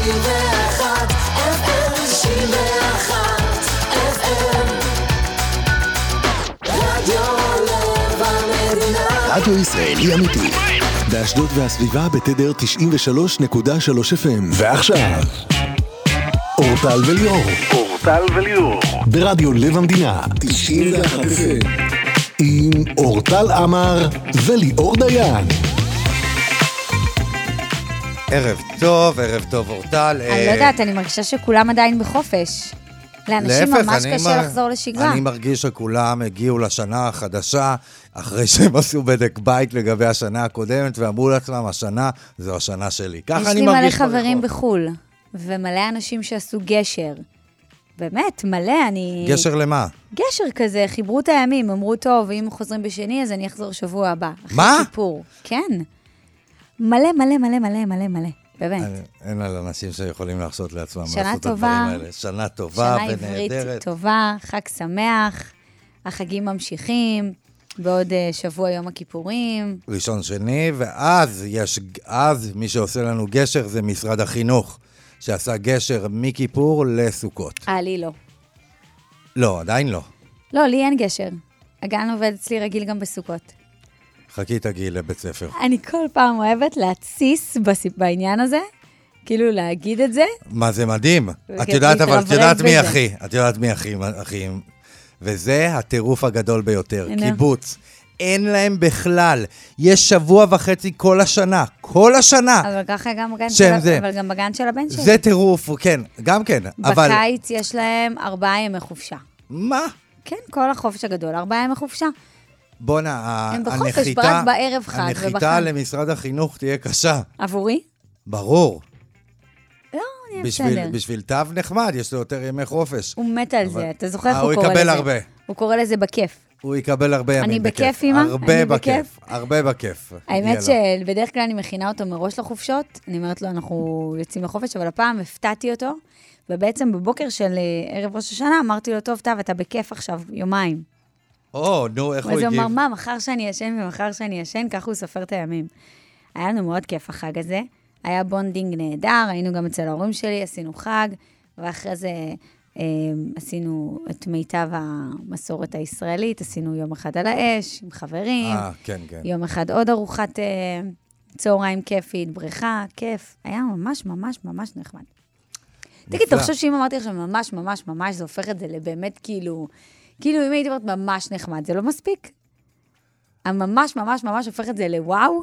91 FM 91 FM רדיו לב המדינה רדיו ישראלי אמיתי באשדוד והסביבה בתדר 93.3 FM. ועכשיו אורטל וליאור ברדיו לב המדינה 91 FM עם אורטל עמר וליאור דיין. ערב טוב אורטל. אני לא יודעת, אני מרגישה שכולם עדיין בחופש. לאנשים ממש קשה לחזור לשגרה. אני מרגיש שכולם הגיעו לשנה החדשה, אחרי שהם עשו בדק בית לגבי השנה הקודמת, ואמרו לעצמם, השנה זו השנה שלי. ככה אני מרגיש. יש לי מלא חברים בחול, ומלא אנשים שעשו גשר. באמת, מלא, אני... גשר למה? גשר כזה, חיברו את הימים, אמרו, טוב, אם חוזרים בשני, אז אני אחזור שבוע הבא. מה? אחרי סיפור. כן. מלא. באמת. אין על אנשים שיכולים להרשות לעצמם. שנה טובה. שנה טובה ונהדרת. שנה עברית טובה, חג שמח, החגים ממשיכים, בעוד שבוע יום הכיפורים. ראשון שני, ואז מי שעושה לנו גשר זה משרד החינוך, שעשה גשר מכיפור לסוכות. לי לא. לא, עדיין לא. לא, לי אין גשר. הגן עובד אצלי רגיל גם בסוכות. חכי תגיעי לבית ספר. אני כל פעם אוהבת להציס בעניין הזה, כאילו להגיד את זה. מה זה מדהים. את יודעת מי אחי. את יודעת מי אחים. וזה הטירוף הגדול ביותר. קיבוץ. אין להם בכלל. יש שבוע וחצי כל השנה. כל השנה. אבל ככה גם בגן של הבן שלי. זה טירוף, כן. גם כן. בקיץ יש להם 4 ימי חופשה. מה? כן, כל החופש הגדול, 4 ימי חופשה. בונה, הם בחופש, רק בערב חג ובחג. הנחיתה למשרד החינוך תהיה קשה. עבורי? ברור. לא, אני בסדר. בשביל תו נחמד, יש לו יותר ימי חופש. הוא מת על זה, אתה זוכר איך הוא קורא לזה? הוא יקבל הרבה. הוא קורא לזה בכיף. הוא יקבל הרבה ימים בכיף. אני בכיף, אמא? הרבה בכיף. האמת שבדרך כלל אני מכינה אותו מראש לחופשות, אני אומרת לו, אנחנו יוצאים לחופש, אבל הפעם הפתעתי אותו, ובעצם בבוקר של ערב ראש השנה, אמרתי לו, טוב, אתה בכיף עכשיו, יומיים. נו, איך הוא הגיב? אז הוא אמר, מה, מחר שאני ישן, ככה הוא סופר את הימים. היה לנו מאוד כיף החג הזה, היה בונדינג נהדר, היינו גם אצל ההורים שלי, עשינו חג, ואחרי זה עשינו את מיטב המסורת הישראלית, עשינו יום אחד על האש, עם חברים, כן. יום אחד עוד ארוחת צהריים כיפית, בריכה, כיף, היה ממש ממש ממש נחמד. תגיד, אתה חושב שאם אמרתי עכשיו ממש ממש ממש, זה הופך את זה לבאמת כאילו אם הייתי אומרת ממש נחמד, זה לא מספיק? הממש ממש ממש הופך את זה לוואו?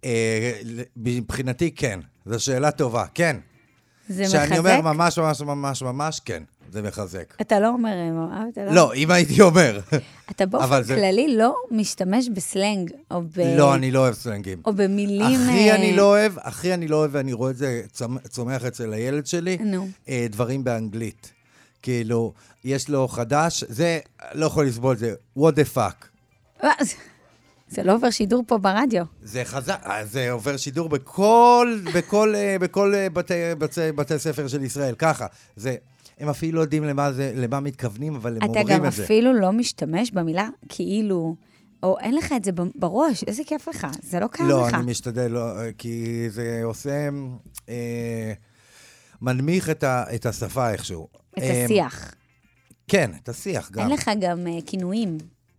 מבחינתי כן, זו שאלה טובה, כן. זה מחזק? שאני אומר ממש ממש ממש ממש כן, זה מחזק. אתה לא אומר, לא, אם הייתי אומר. אתה באופן כללי לא משתמש בסלנג, או לא, אני לא אוהב סלנגים. או במילים... הכי אני לא אוהב, ואני רואה את זה צומח אצל הילד שלי, דברים באנגלית. כאילו, יש לו חדש, זה לא יכול לסבול, זה what the fuck. זה לא עובר שידור פה ברדיו. זה חזק, זה עובר שידור בכל בתי ספר של ישראל, ככה. הם אפילו לא יודעים למה מתכוונים, אבל הם אומרים את זה. אתה גם אפילו לא משתמש במילה כאילו, או אין לך את זה בראש, איזה כיף לך, זה לא קיים לך. לא, אני משתדל, כי זה עושה, מנמיך את השפה איכשהו. את השיח. כן, את השיח גם. אין לך גם כינויים.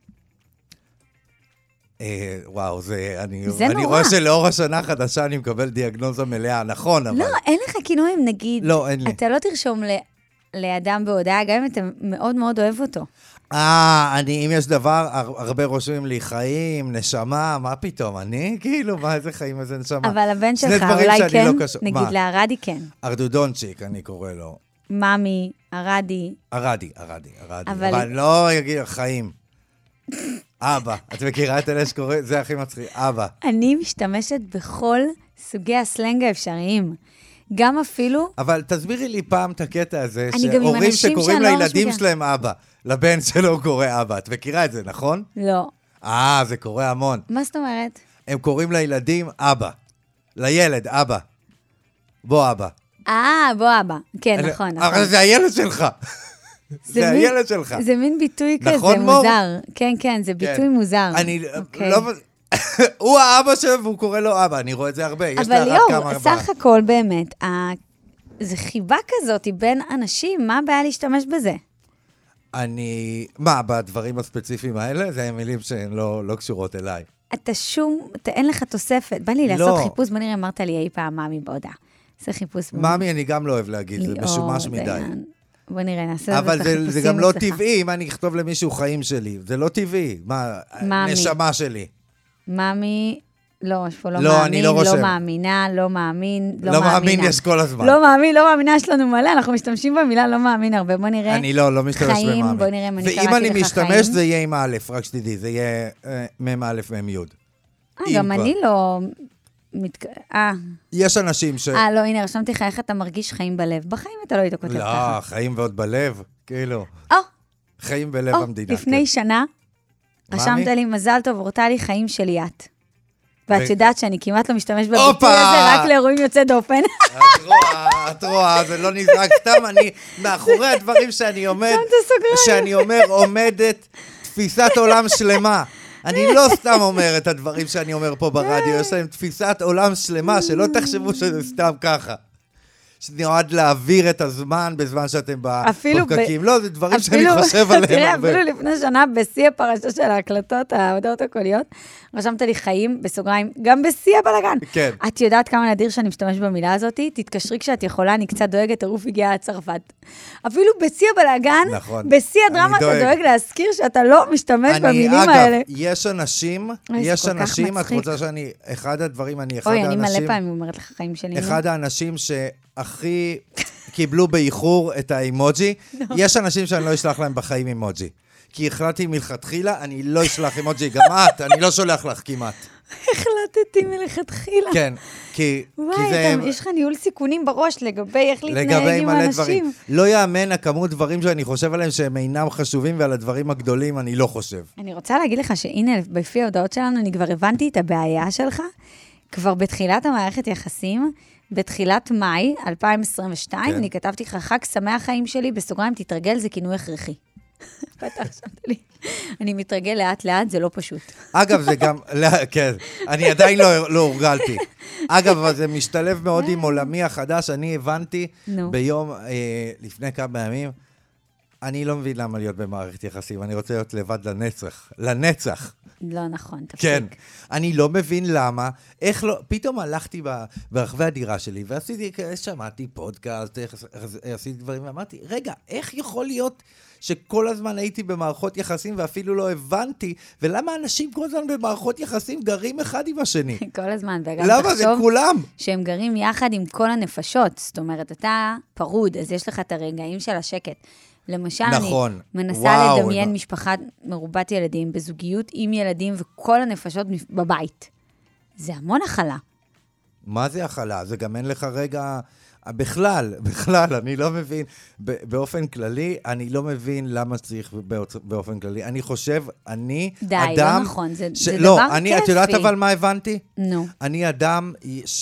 וואו, אני רואה שלאור השנה החדשה אני מקבל דיאגנוזה מלאה, נכון, אבל... לא, אין לך כינויים, נגיד. לא, אין לי. אתה לא תרשום לאדם בהודעה, גם אם אתה מאוד מאוד אוהב אותו. אם יש דבר, הרבה רושמים לי חיים, נשמה, מה פתאום? אני? כאילו, מה, איזה חיים, איזה נשמה? אבל הבן שלך אולי כן, נגיד לארדי כן. ארדודונצ'יק, אני קורא לו. ממי, ארדי. ארדי. אבל לא יגיד חיים. אבא. את מכירה את אלה שקורא? זה הכי מצחיק. אבא. אני משתמשת בכל סוגי הסלנג האפשריים. גם אפילו... אבל תסבירי לי פעם את הקטע הזה, שהורים שקוראים לילדים שלהם אבא, לבן שלו קורא אבא. את מכירה את זה, נכון? לא. זה קורה המון. מה זאת אומרת? הם קוראים לילדים אבא. לילד, אבא. בוא אבא. בוא אבא. כן, נכון. אבל זה הילד שלך. זה הילד שלך. זה מין ביטוי כזה מוזר. כן, זה ביטוי מוזר. אני לא... הוא האבא שלו והוא קורא לו אבא, אני רואה את זה הרבה. אבל ליאור, סך הכל באמת, זה חיבה כזאת בין אנשים, מה הבעיה להשתמש בזה? בדברים הספציפיים האלה? זה מילים שהן לא קשורות אליי. אתה אין לך תוספת. בא לי לעשות חיפוש, בוא נראה, אמרת לי אי פעם מאמי בהודעה. זה חיפוש. מאמי, אני גם לא אוהב להגיד, זה משומש מדי. בוא נראה, נעשה את זה את החיפושים. אבל זה גם לא טבעי, אם אני אכתוב למישהו חיים שלי. זה לא טבעי. נשמה שלי. מאמי, לא, יש פה לא מאמין, לא מאמינה, לא מאמין, לא מאמין יש כל הזמן. לא מאמין, לא מאמינה, יש לנו מלא, אנחנו משתמשים במילה לא מאמין הרבה. בוא נראה. אני לא משתמש במאמין. בוא נראה אם אני קראתי לך חיים. ואם אני משתמש, זה יהיה עם א', רק שתדעי, זה יהיה מ' י'. גם אני לא... יש אנשים לא, הנה, רשמתי לך איך אתה מרגיש חיים בלב. בחיים אתה לא היית כותב ככה. לא, חיים ועוד בלב, כאילו. חיים בלב המדינה. לפני שנה, רשמת לי מזל טוב, הורתה לי חיים שלי את. ואת יודעת שאני כמעט לא משתמש בביטוי הזה, רק לאירועים יוצא דופן. את רואה, זה לא נזרק סתם, אני, מאחורי הדברים שאני אומר, עומדת תפיסת עולם שלמה. אני לא סתם אומר את הדברים שאני אומר פה ברדיו, יש להם תפיסת עולם שלמה, שלא תחשבו שזה סתם ככה. שנועד להעביר את הזמן בזמן שאתם בפקקים. לא, זה דברים שאני חושב עליהם תראה, הרבה. אפילו לפני שנה, בשיא הפרשה של ההקלטות, ההודעות הקוליות, רשמת לי חיים בסוגריים, גם בשיא הבלגן. כן. את יודעת כמה נדיר שאני משתמש במילה הזאת? תתקשרי כשאת יכולה, אני קצת דואגת, ערוף הגיעה צרפת. אפילו בשיא הבלגן, נכון. בשיא הדרמה, אתה דואג להזכיר שאתה לא משתמש במילים האלה. אגב, יש אנשים, את רוצה שאני, אחד הדברים, אוי, אני מלא פעמים אומרת לך חיים שלי. אחד האנשים הכי קיבלו באיחור את האימוג'י. יש אנשים שאני לא אשלח להם בחיים אימוג'י. כי החלטתי מלכתחילה, אני לא אשלח אימוג'י. גם את, אני לא שולח לך כמעט. החלטתי מלכתחילה. כן, כי זה... וואי, יש לך ניהול סיכונים בראש לגבי איך להתנהג עם האנשים. לא יאמן הכמות דברים שאני חושב עליהם שהם אינם חשובים, ועל הדברים הגדולים אני לא חושב. אני רוצה להגיד לך שהנה, בפי ההודעות שלנו, אני כבר הבנתי את הבעיה שלך, כבר בתחילת המערכת יחסים, בתחילת מאי 2022, כן. אני כתבתי לך, חג שמח חיים שלי, בסוגריים, תתרגל, זה כינוי הכרחי. לי. אני מתרגל לאט לאט, זה לא פשוט. אגב, זה גם, כן, אני עדיין לא הורגלתי. אגב, אבל זה משתלב מאוד עם עולמי החדש, אני הבנתי ביום, לפני כמה ימים, אני לא מבין למה להיות במערכת יחסים, אני רוצה להיות לבד לנצח. לנצח. לא נכון, תפסיק. כן, אני לא מבין למה, איך לא, פתאום הלכתי ברחבי הדירה שלי, ועשיתי, שמעתי פודקאסט, עשיתי דברים, ואמרתי, רגע, איך יכול להיות שכל הזמן הייתי במערכות יחסים, ואפילו לא הבנתי, ולמה אנשים כל הזמן במערכות יחסים גרים אחד עם השני? כל הזמן, וגם למה? זה כולם. שהם גרים יחד עם כל הנפשות, זאת אומרת, אתה פרוד, אז יש לך את הרגעים של השקט. למשל, נכון. אני מנסה לדמיין משפחה מרובת ילדים, בזוגיות עם ילדים וכל הנפשות בבית. זה המון החלה. מה זה החלה? זה גם אין לך רגע... בכלל, אני לא מבין, באופן כללי, אני לא מבין למה צריך באופן כללי. אני חושב, אני די, אדם... די, לא נכון, זה דבר כיפי. את יודעת אבל מה הבנתי? נו. אני אדם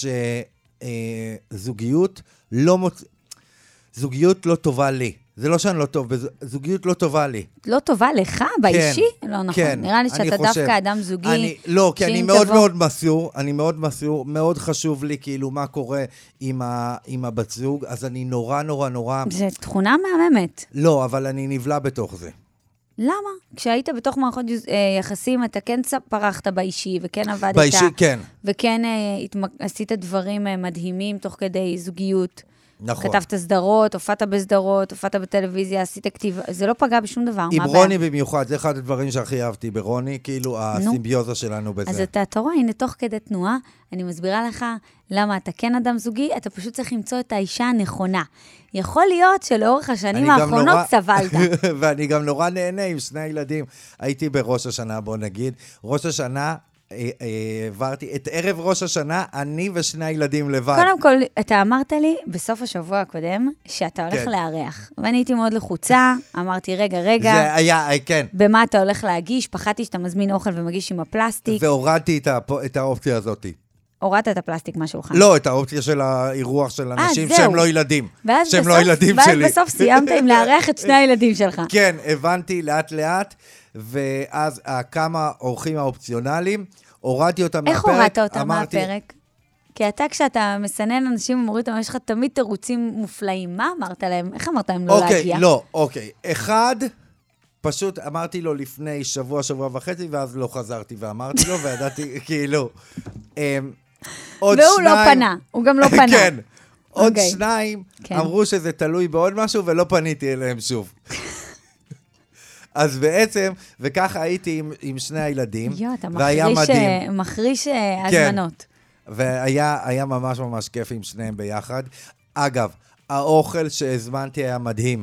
שזוגיות זוגיות לא טובה לי. זה לא שאני לא טוב, זוגיות לא טובה לי. לא טובה לך באישי? כן, לא נכון. כן, נראה לי שאתה דווקא אדם זוגי. לא, כי אני מאוד מאוד מסור, מאוד חשוב לי כאילו מה קורה עם הבת זוג, אז אני נורא... זה תכונה מהממת. לא, אבל אני נבלה בתוך זה. למה? כשהיית בתוך מערכות יחסים, אתה כן פרחת באישי, וכן עבדת. באישי, כן. וכן עשית דברים מדהימים תוך כדי זוגיות. נכון. כתבת סדרות, הופעת בסדרות, הופעת בטלוויזיה, עשית כתיבה, זה לא פגע בשום דבר. עם רוני במיוחד, זה אחד הדברים שהכי אהבתי ברוני, כאילו הסימביוזה שלנו בזה. אז אתה רואה, הנה תוך כדי תנועה, אני מסבירה לך למה אתה כן אדם זוגי, אתה פשוט צריך למצוא את האישה הנכונה. יכול להיות שלאורך השנים האחרונות סבלת. ואני גם נורא נהנה עם שני ילדים. הייתי בראש השנה, בוא נגיד, ראש השנה, העברתי את ערב ראש השנה, אני ושני הילדים לבד. קודם כל, אתה אמרת לי בסוף השבוע הקודם, שאתה הולך לארח. ואני הייתי מאוד לחוצה, אמרתי, רגע. זה היה, כן. במה אתה הולך להגיש? פחדתי שאתה מזמין אוכל ומגיש עם הפלסטיק. והורדתי את האופציה הזאת. הורדת את הפלסטיק מהשולחן. לא, את האופציה של האירוח של אנשים שהם לא ילדים. שהם לא ילדים שלי. ואז בסוף סיימת עם לארח את שני הילדים שלך. כן, הבנתי לאט, ואז כמה אורחים האופציונליים, הורדתי אותם מהפרק. איך הורדת אותם מהפרק? כי אתה, כשאתה מסנן אנשים ומוריד אותם, יש לך תמיד תירוצים מופלאים. מה אמרת להם? איך אמרת להם לא להגיע? אוקיי. אחד, פשוט אמרתי לו לפני שבוע וחצי, ואז לא חזרתי ואמרתי לו, וידעתי, כאילו, עוד והוא שניים... לא פנה, הוא גם לא פנה. כן. עוד אוקיי. שניים כן. אמרו שזה תלוי בעוד משהו, ולא פניתי אליהם שוב. אז בעצם, וככה הייתי עם שני הילדים, אתה והיה מדהים. מחריש הזמנות. והיה ממש ממש כיף עם שניהם ביחד. אגב, האוכל שהזמנתי היה מדהים.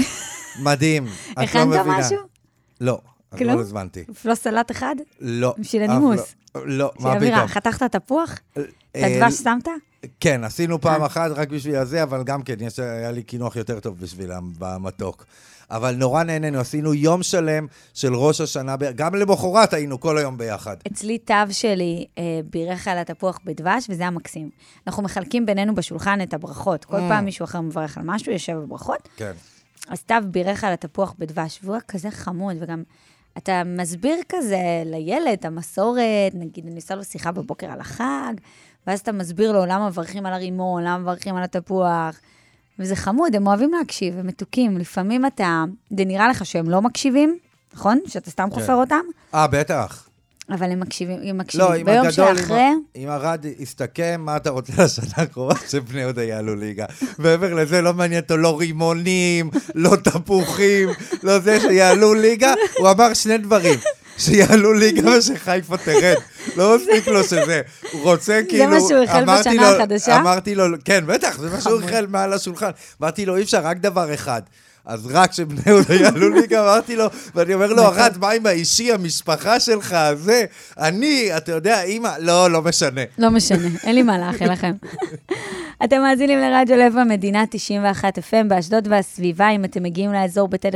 מדהים. את לא מבינה. הכנת משהו? לא, אז לא הזמנתי. לא סלט אחד? לא. בשביל הנימוס. לא, מה פתאום. חתכת תפוח? את הדבש שמת? כן, עשינו פעם אחת רק בשביל הזה, אבל גם כן, היה לי קינוח יותר טוב בשבילם במתוק. אבל נורא נהנינו, עשינו יום שלם של ראש השנה, גם למחרת היינו כל היום ביחד. אצלי תו שלי בירך על התפוח בדבש, וזה המקסים. אנחנו מחלקים בינינו בשולחן את הברכות. כל פעם מישהו אחר מברך על משהו, יושב בברכות. כן. אז תו בירך על התפוח בדבש, והוא כזה חמוד, וגם אתה מסביר כזה לילד, המסורת, נגיד, אני עושה לו שיחה בבוקר על החג, ואז אתה מסביר לו למה מברכים על הרימון, למה מברכים על התפוח, וזה חמוד, הם אוהבים להקשיב, הם מתוקים. לפעמים זה נראה לך שהם לא מקשיבים, נכון? שאתה סתם חופר אותם? בטח. אבל הם מקשיבים. לא, ביום שאחרי... אם הרד יסתכם, מה אתה רוצה לשנה הקרובה? שבני יהודה יעלו ליגה. מעבר לזה לא מעניין אותו, לא רימונים, לא תפוחים, לא זה שיעלו ליגה. הוא אמר שני דברים. שיעלו ליגה ושחיפה תרד. לא מספיק לו שזה. הוא רוצה כאילו... זה מה שהוא החל בשנה החדשה? אמרתי לו, כן, בטח, זה מה שהוא החל מעל השולחן. אמרתי לו, אי אפשר, רק דבר אחד. אז רק שבני יהודה יעלו ליגה, אמרתי לו, ואני אומר לו, ארד, מה עם האישי, המשפחה שלך, זה, אתה יודע, אמא, לא משנה. לא משנה, אין לי מה לאחל לכם. אתם מאזינים לרדיו לב המדינה 91 FM באשדוד והסביבה, אם אתם מגיעים לאזור בתדר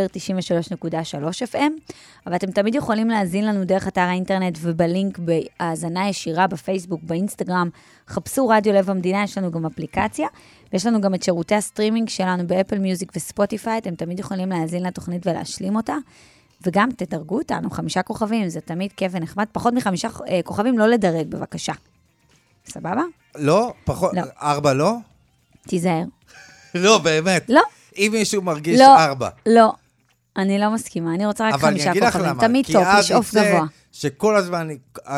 93.3 FM, אבל אתם תמיד יכולים להאזין לנו דרך אתר האינטרנט ובלינק בהאזנה ישירה בפייסבוק, באינסטגרם, חפשו רדיו לב המדינה, יש לנו גם אפליקציה, ויש לנו גם את שירותי הסטרימינג שלנו באפל מיוזיק וספוטיפיי, אתם תמיד יכולים להאזין לתוכנית ולהשלים אותה, וגם תדרגו אותנו, 5 כוכבים, זה תמיד כיף ונחמד, פחות מ5 כוכבים לא לדרג, בבקשה. סבבה? לא, פחות, 4 לא? תיזהר. לא, באמת. לא. אם מישהו מרגיש 4. לא, אני לא מסכימה, אני רוצה רק 5 כוכבים, תמיד טוב, לשאוף גבוה. שכל הזמן,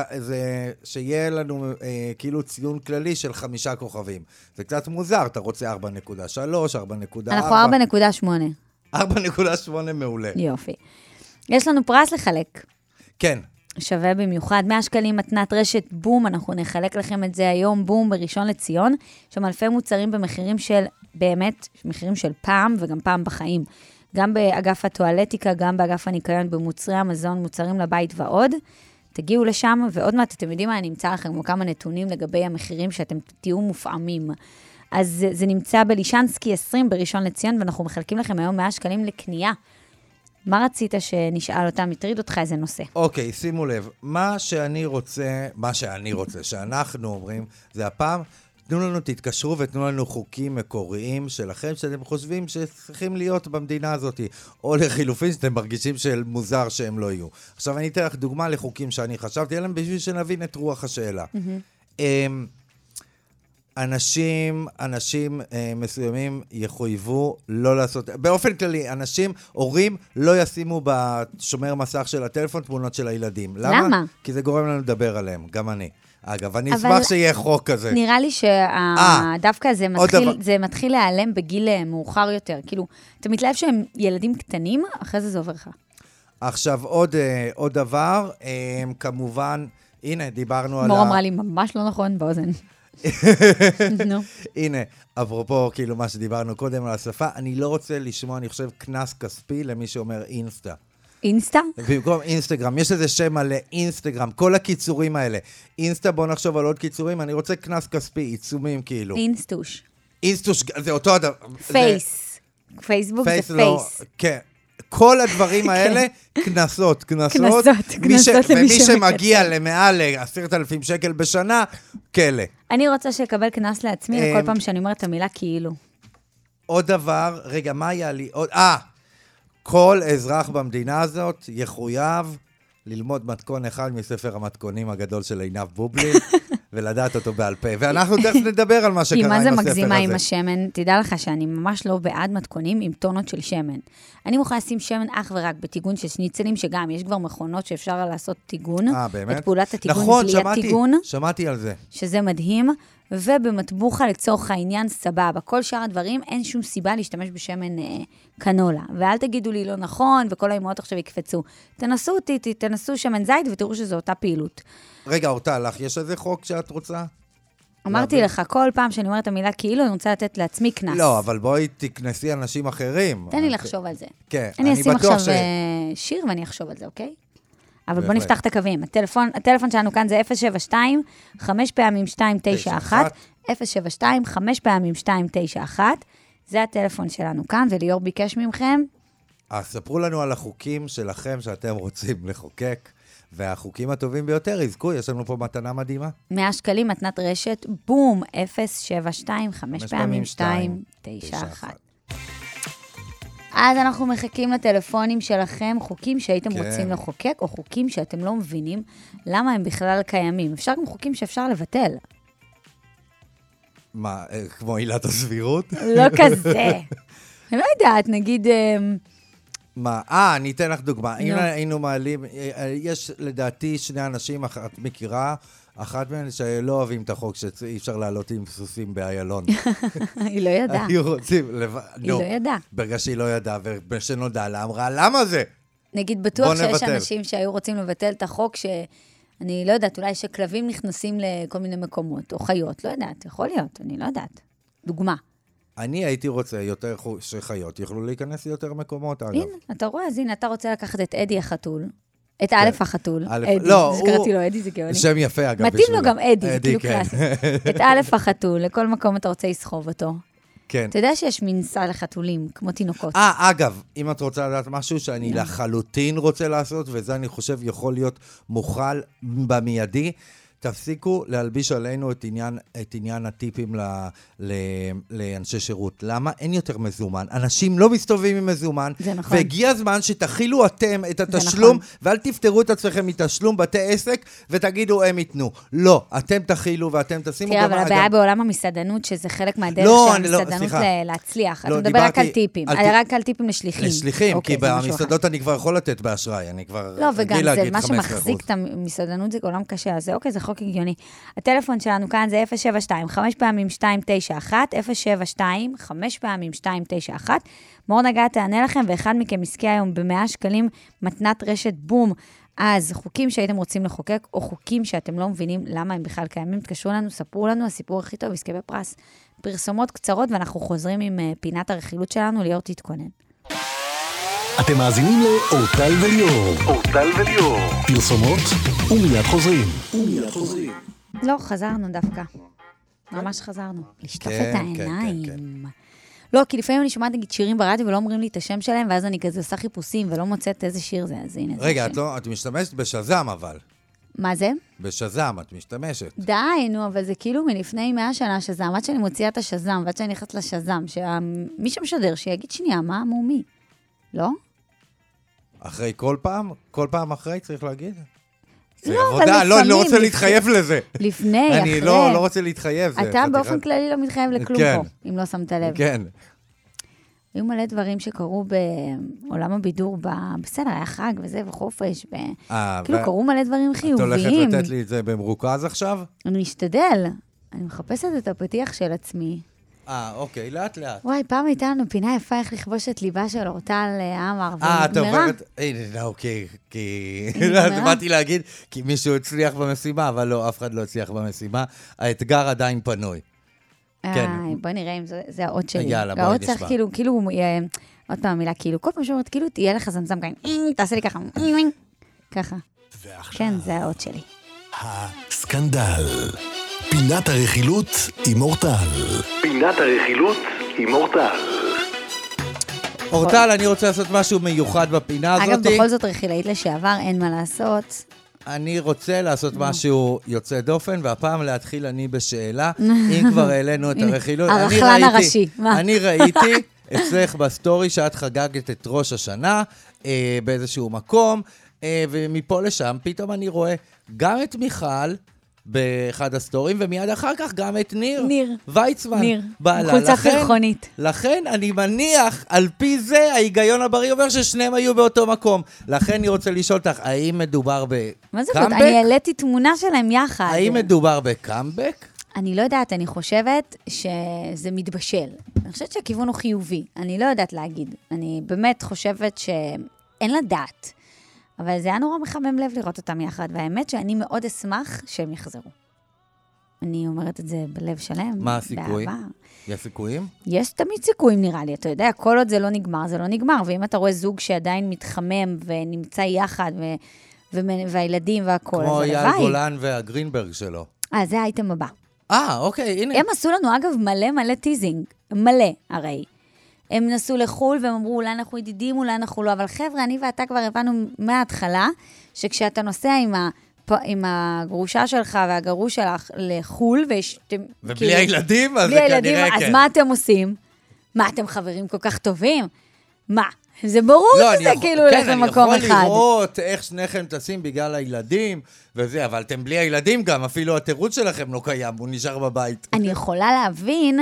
שיהיה לנו כאילו ציון כללי של 5 כוכבים. זה קצת מוזר, אתה רוצה 4.3, 4.4. אנחנו 4.8. 4.8 מעולה. יופי. יש לנו פרס לחלק. כן. שווה במיוחד, 100 שקלים מתנת רשת בום, אנחנו נחלק לכם את זה היום, בום, בראשון לציון, שם אלפי מוצרים במחירים של, באמת, מחירים של פעם וגם פעם בחיים. גם באגף הטואלטיקה, גם באגף הניקיון, במוצרי המזון, מוצרים לבית ועוד. תגיעו לשם, ועוד מעט אתם יודעים מה, אני אמצא לכם כמה נתונים לגבי המחירים שאתם תהיו מופעמים. אז זה נמצא בלישנסקי 20 בראשון לציון, ואנחנו מחלקים לכם היום 100 שקלים לקנייה. מה רצית שנשאל אותם? מטריד אותך איזה נושא. אוקיי, שימו לב. מה שאני רוצה, שאנחנו אומרים, זה הפעם, תנו לנו, תתקשרו ותנו לנו חוקים מקוריים שלכם, שאתם חושבים שצריכים להיות במדינה הזאת, או לחילופין שאתם מרגישים של מוזר שהם לא יהיו. עכשיו אני אתן לך דוגמה לחוקים שאני חשבתי עליהם, בשביל שנבין את רוח השאלה. אנשים מסוימים יחויבו לא לעשות, באופן כללי, הורים לא ישימו בשומר מסך של הטלפון תמונות של הילדים. למה? כי זה גורם לנו לדבר עליהם, גם אני. אגב, אני אשמח שיהיה חוק כזה. נראה לי שדווקא זה מתחיל להיעלם בגיל מאוחר יותר. כאילו, אתה מתלהב שהם ילדים קטנים, אחרי זה עובר לך. עכשיו, עוד דבר, כמובן, הנה, דיברנו על מור אמרה לי, ממש לא נכון באוזן. הנה, אפרופו, כאילו מה שדיברנו קודם על השפה, אני לא רוצה לשמוע, אני חושב, כנס כספי למי שאומר אינסטה. אינסטה? במקום אינסטגרם, יש איזה שם על אינסטגרם, כל הקיצורים האלה. אינסטה, בוא נחשוב על עוד קיצורים, אני רוצה כנס כספי, עיצומים כאילו. אינסטוש. אינסטוש, זה אותו הדבר. פייס. פייסבוק זה פייס. כן. כל הדברים האלה, כנסות. כנסות למי שמקצר. ומי שמגיע למעל 10,000 שקל בשנה, כלא. אני רוצה שיקבל כנס לעצמי לכל פעם שאני אומרת את המילה כאילו. עוד דבר, רגע, מה היה לי? כל אזרח במדינה הזאת יחויב ללמוד מתכון אחד מספר המתכונים הגדול של עינב בובלין, ולדעת אותו בעל פה. ואנחנו תכף נדבר על מה שקרה עם הספר הזה. כי מה זה מגזימה עם השמן? תדע לך שאני ממש לא בעד מתכונים עם טונות של שמן. אני מוכנה לשים שמן אך ורק בטיגון של שניצלים, שגם יש כבר מכונות שאפשר לעשות טיגון. באמת? את פעולת הטיגון, נכון, בלי הטיגון. שמעתי על זה. שזה מדהים. ובמטבוחה לצורך העניין סבבה. כל שאר הדברים אין שום סיבה להשתמש בשמן קנולה. ואל תגידו לי לא נכון, וכל האימהות עכשיו יקפצו. תנסו שמן זית ותראו שזו אותה פעילות. רגע, אורטל, לך יש איזה חוק שאת רוצה? אמרתי לך, כל פעם שאני אומרת המילה כאילו, אני רוצה לתת לעצמי כנס. לא, אבל בואי תכנסי אנשים אחרים. תן לי לחשוב על זה. כן, אני אשים עכשיו שיר ואני אחשוב על זה, אוקיי? אבל בוא נפתח את הקווים. הטלפון שלנו כאן זה 072, 5 פעמים 291, 072, 5 פעמים 291. זה הטלפון שלנו כאן, וליאור ביקש ממכם. אז ספרו לנו על החוקים שלכם שאתם רוצים לחוקק, והחוקים הטובים ביותר, יזכו, יש לנו פה מתנה מדהימה. 100 שקלים, מתנת רשת, בום, 072, 5 פעמים 291. אז אנחנו מחכים לטלפונים שלכם, חוקים שהייתם רוצים לחוקק, או חוקים שאתם לא מבינים למה הם בכלל קיימים. אפשר גם חוקים שאפשר לבטל. מה, כמו עילת הסבירות? לא כזה. אני לא יודעת, נגיד... מה? אני אתן לך דוגמה. אם היינו מעלים, יש לדעתי שני אנשים, את מכירה, אחת מהן שלא אוהבים את החוק שאי אפשר לעלות עם סוסים באיילון. היא לא ידעה. היו רוצים... היא לא ידעה. ברגע שהיא לא ידעה, ושנודע לה, אמרה, למה זה? נגיד, בטוח שיש אנשים שהיו רוצים לבטל את החוק שאני לא יודעת, אולי שכלבים נכנסים לכל מיני מקומות, או חיות, לא יודעת, יכול להיות, אני לא יודעת. דוגמה. אני הייתי רוצה יותר שחיות יוכלו להיכנס ליותר מקומות, אגב. הנה, אתה רואה, אז הנה, אתה רוצה לקחת את אדי החתול, את א' החתול, אדי, לא, קראתי לו אדי, זה גאוני. שם יפה, אגב. מתאים לו גם אדי, זה כאילו קלאסי. את א' החתול, לכל מקום אתה רוצה לסחוב אותו. כן. אתה יודע שיש מין סל לחתולים, כמו תינוקות. אגב, אם את רוצה לדעת משהו שאני לחלוטין רוצה לעשות, וזה אני חושב יכול להיות מוכל במיידי, תפסיקו להלביש עלינו את עניין הטיפים לאנשי שירות. למה? אין יותר מזומן. אנשים לא מסתובבים עם מזומן. זה נכון. והגיע הזמן שתכילו אתם את התשלום, נכון. ואל תפטרו את עצמכם מתשלום בתי עסק, ותגידו הם ייתנו. לא, אתם תכילו ואתם תשימו... תראה, אבל הבעיה בעולם המסעדנות, שזה חלק מהדרך של המסעדנות להצליח. אתה מדבר רק על טיפים. רק על טיפים לשליחים. לשליחים, כי במסעדות אני כבר יכול לתת באשראי. אני כבר... לא, וגם זה מה שמחזיק את המסעדנות, זה עולם קשה. אז אוקיי, זה חוק הגיוני. הטלפון שלנו כאן זה 072, 5 פעמים 291, 072, 5 פעמים 291. מור נגעה תענה לכם, ואחד מכם יזכה היום ב100 שקלים מתנת רשת בום. אז חוקים שהייתם רוצים לחוקק, או חוקים שאתם לא מבינים למה הם בכלל קיימים, תקשרו לנו, ספרו לנו, הסיפור הכי טוב, יזכה בפרס. פרסומות קצרות, ואנחנו חוזרים עם פינת הרכילות שלנו, ליאור תתכונן. אתם מאזינים לאורטל וליאור. אורטל וליאור. פרסומות ומיד חוזרים. לא, חזרנו דווקא. ממש חזרנו. לשטוף את העיניים. לא, כי לפעמים אני שומעת נגיד שירים ברדיו ולא אומרים לי את השם שלהם, ואז אני כזה עושה חיפושים ולא מוצאת איזה שיר זה, אז הנה. רגע, את משתמשת בשזם אבל. מה זה? בשזם, את משתמשת. די, נו, אבל זה כאילו מלפני 100 שנה שזם, עד שאני מוציאה את השזם, ועד שאני נכנסת לשזם, שמי שמשדר, שיגיד שנייה, מה מומי? לא? אחרי כל פעם אחרי צריך להגיד? לא, אבל לפעמים... לא, אני לא רוצה להתחייב לזה. לפני, אחרי. אני לא רוצה להתחייב. אתה באופן כללי לא מתחייב לכלום פה, אם לא שמת לב. כן. היו מלא דברים שקרו בעולם הבידור, בסדר, היה חג וזה, וחופש, כאילו קרו מלא דברים חיוביים. את הולכת לתת לי את זה במרוכז עכשיו? אני משתדל. אני מחפשת את הפתיח של עצמי. אוקיי, לאט לאט. וואי, פעם הייתה לנו פינה יפה איך לכבוש את ליבה של אורטל עמר, את עוברת... אוקיי, כי... באתי להגיד, כי מישהו הצליח במשימה, אבל לא, אף אחד לא הצליח במשימה. האתגר עדיין פנוי. בוא נראה אם זה האות שלי. יאללה, בואי נשמע. צריך כאילו, עוד פעם המילה כאילו, כל פעם שאומרת כאילו, תהיה לך זמזם כאן, תעשה לי ככה, ככה. כן, זה האות שלי. הסקנדל. פינת הרכילות עם אורטל. אורטל, אני רוצה לעשות משהו מיוחד בפינה הזאת. אגב, בכל זאת רכילאית לשעבר, אין מה לעשות. אני רוצה לעשות משהו יוצא דופן, והפעם להתחיל אני בשאלה, אם כבר העלינו את הרכילות. הרחלן הראשי. אני ראיתי אצלך בסטורי שאת חגגת את ראש השנה באיזשהו מקום, ומפה לשם פתאום אני רואה גם את מיכל, באחד הסטורים, ומיד אחר כך גם את ניר ויצמן. ניר, בעלה. חולצה פרחונית. לכן אני מניח, על פי זה, ההיגיון הבריא אומר ששניהם היו באותו מקום. לכן אני רוצה לשאול אותך, האם מדובר בקאמבק? מה זה זאת? אני העליתי תמונה שלהם יחד. האם מדובר בקאמבק? אני לא יודעת, אני חושבת שזה מתבשל. אני חושבת שהכיוון הוא חיובי. אני לא יודעת להגיד. אני באמת חושבת שאין לדעת. אבל זה היה נורא מחמם לב לראות אותם יחד, והאמת שאני מאוד אשמח שהם יחזרו. אני אומרת את זה בלב שלם. מה הסיכוי? באהבה. יש סיכויים? יש תמיד סיכויים נראה לי, אתה יודע, כל עוד זה לא נגמר, זה לא נגמר, ואם אתה רואה זוג שעדיין מתחמם ונמצא יחד, והילדים והכל, כמו אז אייל גולן והגרינברג שלו. זה האייטם הבא. אוקיי, הנה. הם עשו לנו, אגב, מלא טיזינג. מלא, הרי. הם נסעו לחול והם אמרו, אולי אנחנו ידידים, אולי אנחנו לא. אבל חבר'ה, אני ואתה כבר הבנו מההתחלה, שכשאתה נוסע עם הגרושה שלך והגרוש שלך לחול, ובלי הילדים, אז זה כנראה כן. אז מה אתם עושים? מה, אתם חברים כל כך טובים? מה? זה ברור שזה כאילו הולך למקום אחד. אני יכול לראות איך שניכם טסים בגלל הילדים וזה, אבל אתם בלי הילדים גם, אפילו התירוץ שלכם לא קיים, הוא נשאר בבית. אני יכולה להבין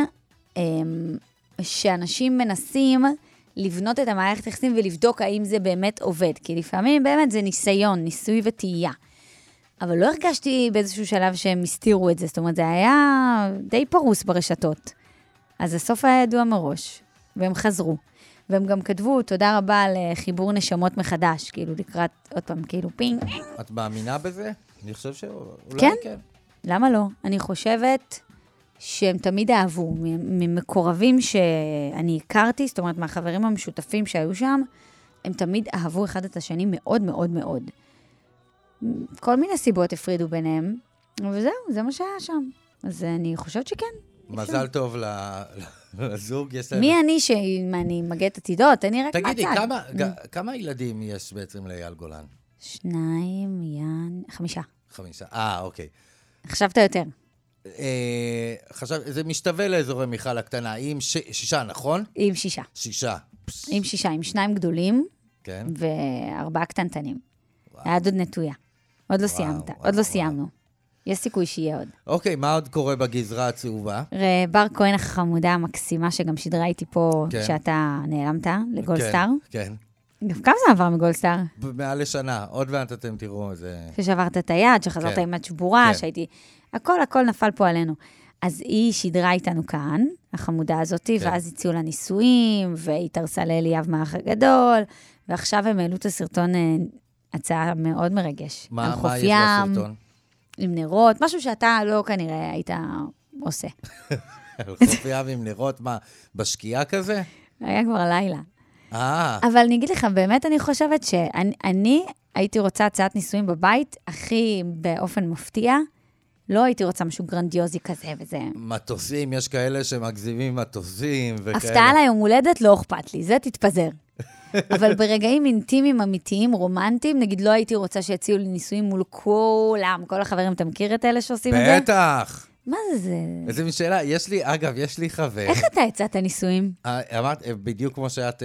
שאנשים מנסים לבנות את המערכת יחסים ולבדוק האם זה באמת עובד, כי לפעמים באמת זה ניסיון, ניסוי וטעייה. אבל לא הרגשתי באיזשהו שלב שהם הסתירו את זה, זאת אומרת, זה היה די פרוס ברשתות. אז הסוף היה ידוע מראש, והם חזרו. והם גם כתבו, תודה רבה על חיבור נשמות מחדש, כאילו לקראת, עוד פעם, כאילו פינג. את מאמינה בזה? אני חושב שאולי כן. כן. למה לא? אני חושבת שהם תמיד אהבו, ממקורבים שאני הכרתי, זאת אומרת, מהחברים המשותפים שהיו שם, הם תמיד אהבו אחד את השני מאוד מאוד מאוד. כל מיני סיבות הפרידו ביניהם, וזהו, זה מה שהיה שם. אז אני חושבת שכן. מזל טוב לזוג. מי אני שאני מגעת עתידות? אני רק מהצד. תגידי, כמה ילדים יש בעצם לאייל גולן? 2, 5. 5, אוקיי. חשבת יותר. זה משתווה לאזורי מיכל הקטנה, עם 6, נכון? עם 6. 6. עם 6, עם 2 גדולים, כן. ו4 קטנטנים. היד עוד נטויה. עוד לא סיימת, עוד לא סיימנו. יש סיכוי שיהיה עוד. אוקיי, מה עוד קורה בגזרה הצהובה? בר כהן החמודה המקסימה, שגם שדרה איתי פה כשאתה נעלמת לגולדסטאר. כן. גם כמה זה עבר מגולדסטאר? מעל לשנה, עוד מעט אתם תראו איזה... ששברת את היד, שחזרת עם יד שבורה, שהייתי... הכל נפל פה עלינו. אז היא שדרה איתנו כאן, החמודה הזאת, ואז הציעו לה ניסויים, והיא תרסה לאליאב מהאח הגדול, ועכשיו הם העלו את הסרטון, הצעה מאוד מרגש. מה יש בסרטון? עם נרות, משהו שאתה לא כנראה היית עושה. חוף ים עם נרות, מה, בשקיעה כזה? היה כבר לילה. אבל אני אגיד לך, באמת אני חושבת שאני הייתי רוצה הצעת ניסויים בבית, הכי באופן מפתיע, לא הייתי רוצה משהו גרנדיוזי כזה וזה. מטוסים, יש כאלה שמגזימים מטוסים וכאלה. הפתעה ליום הולדת לא אכפת לי, זה תתפזר. אבל ברגעים אינטימיים, אמיתיים, רומנטיים, נגיד לא הייתי רוצה שיציעו לי ניסויים מול כולם, כל החברים, אתה מכיר את אלה שעושים את זה? בטח. מה זה? איזה משאלה, יש לי חבר. איך אתה הצעת ניסויים? אמרת, בדיוק כמו שאת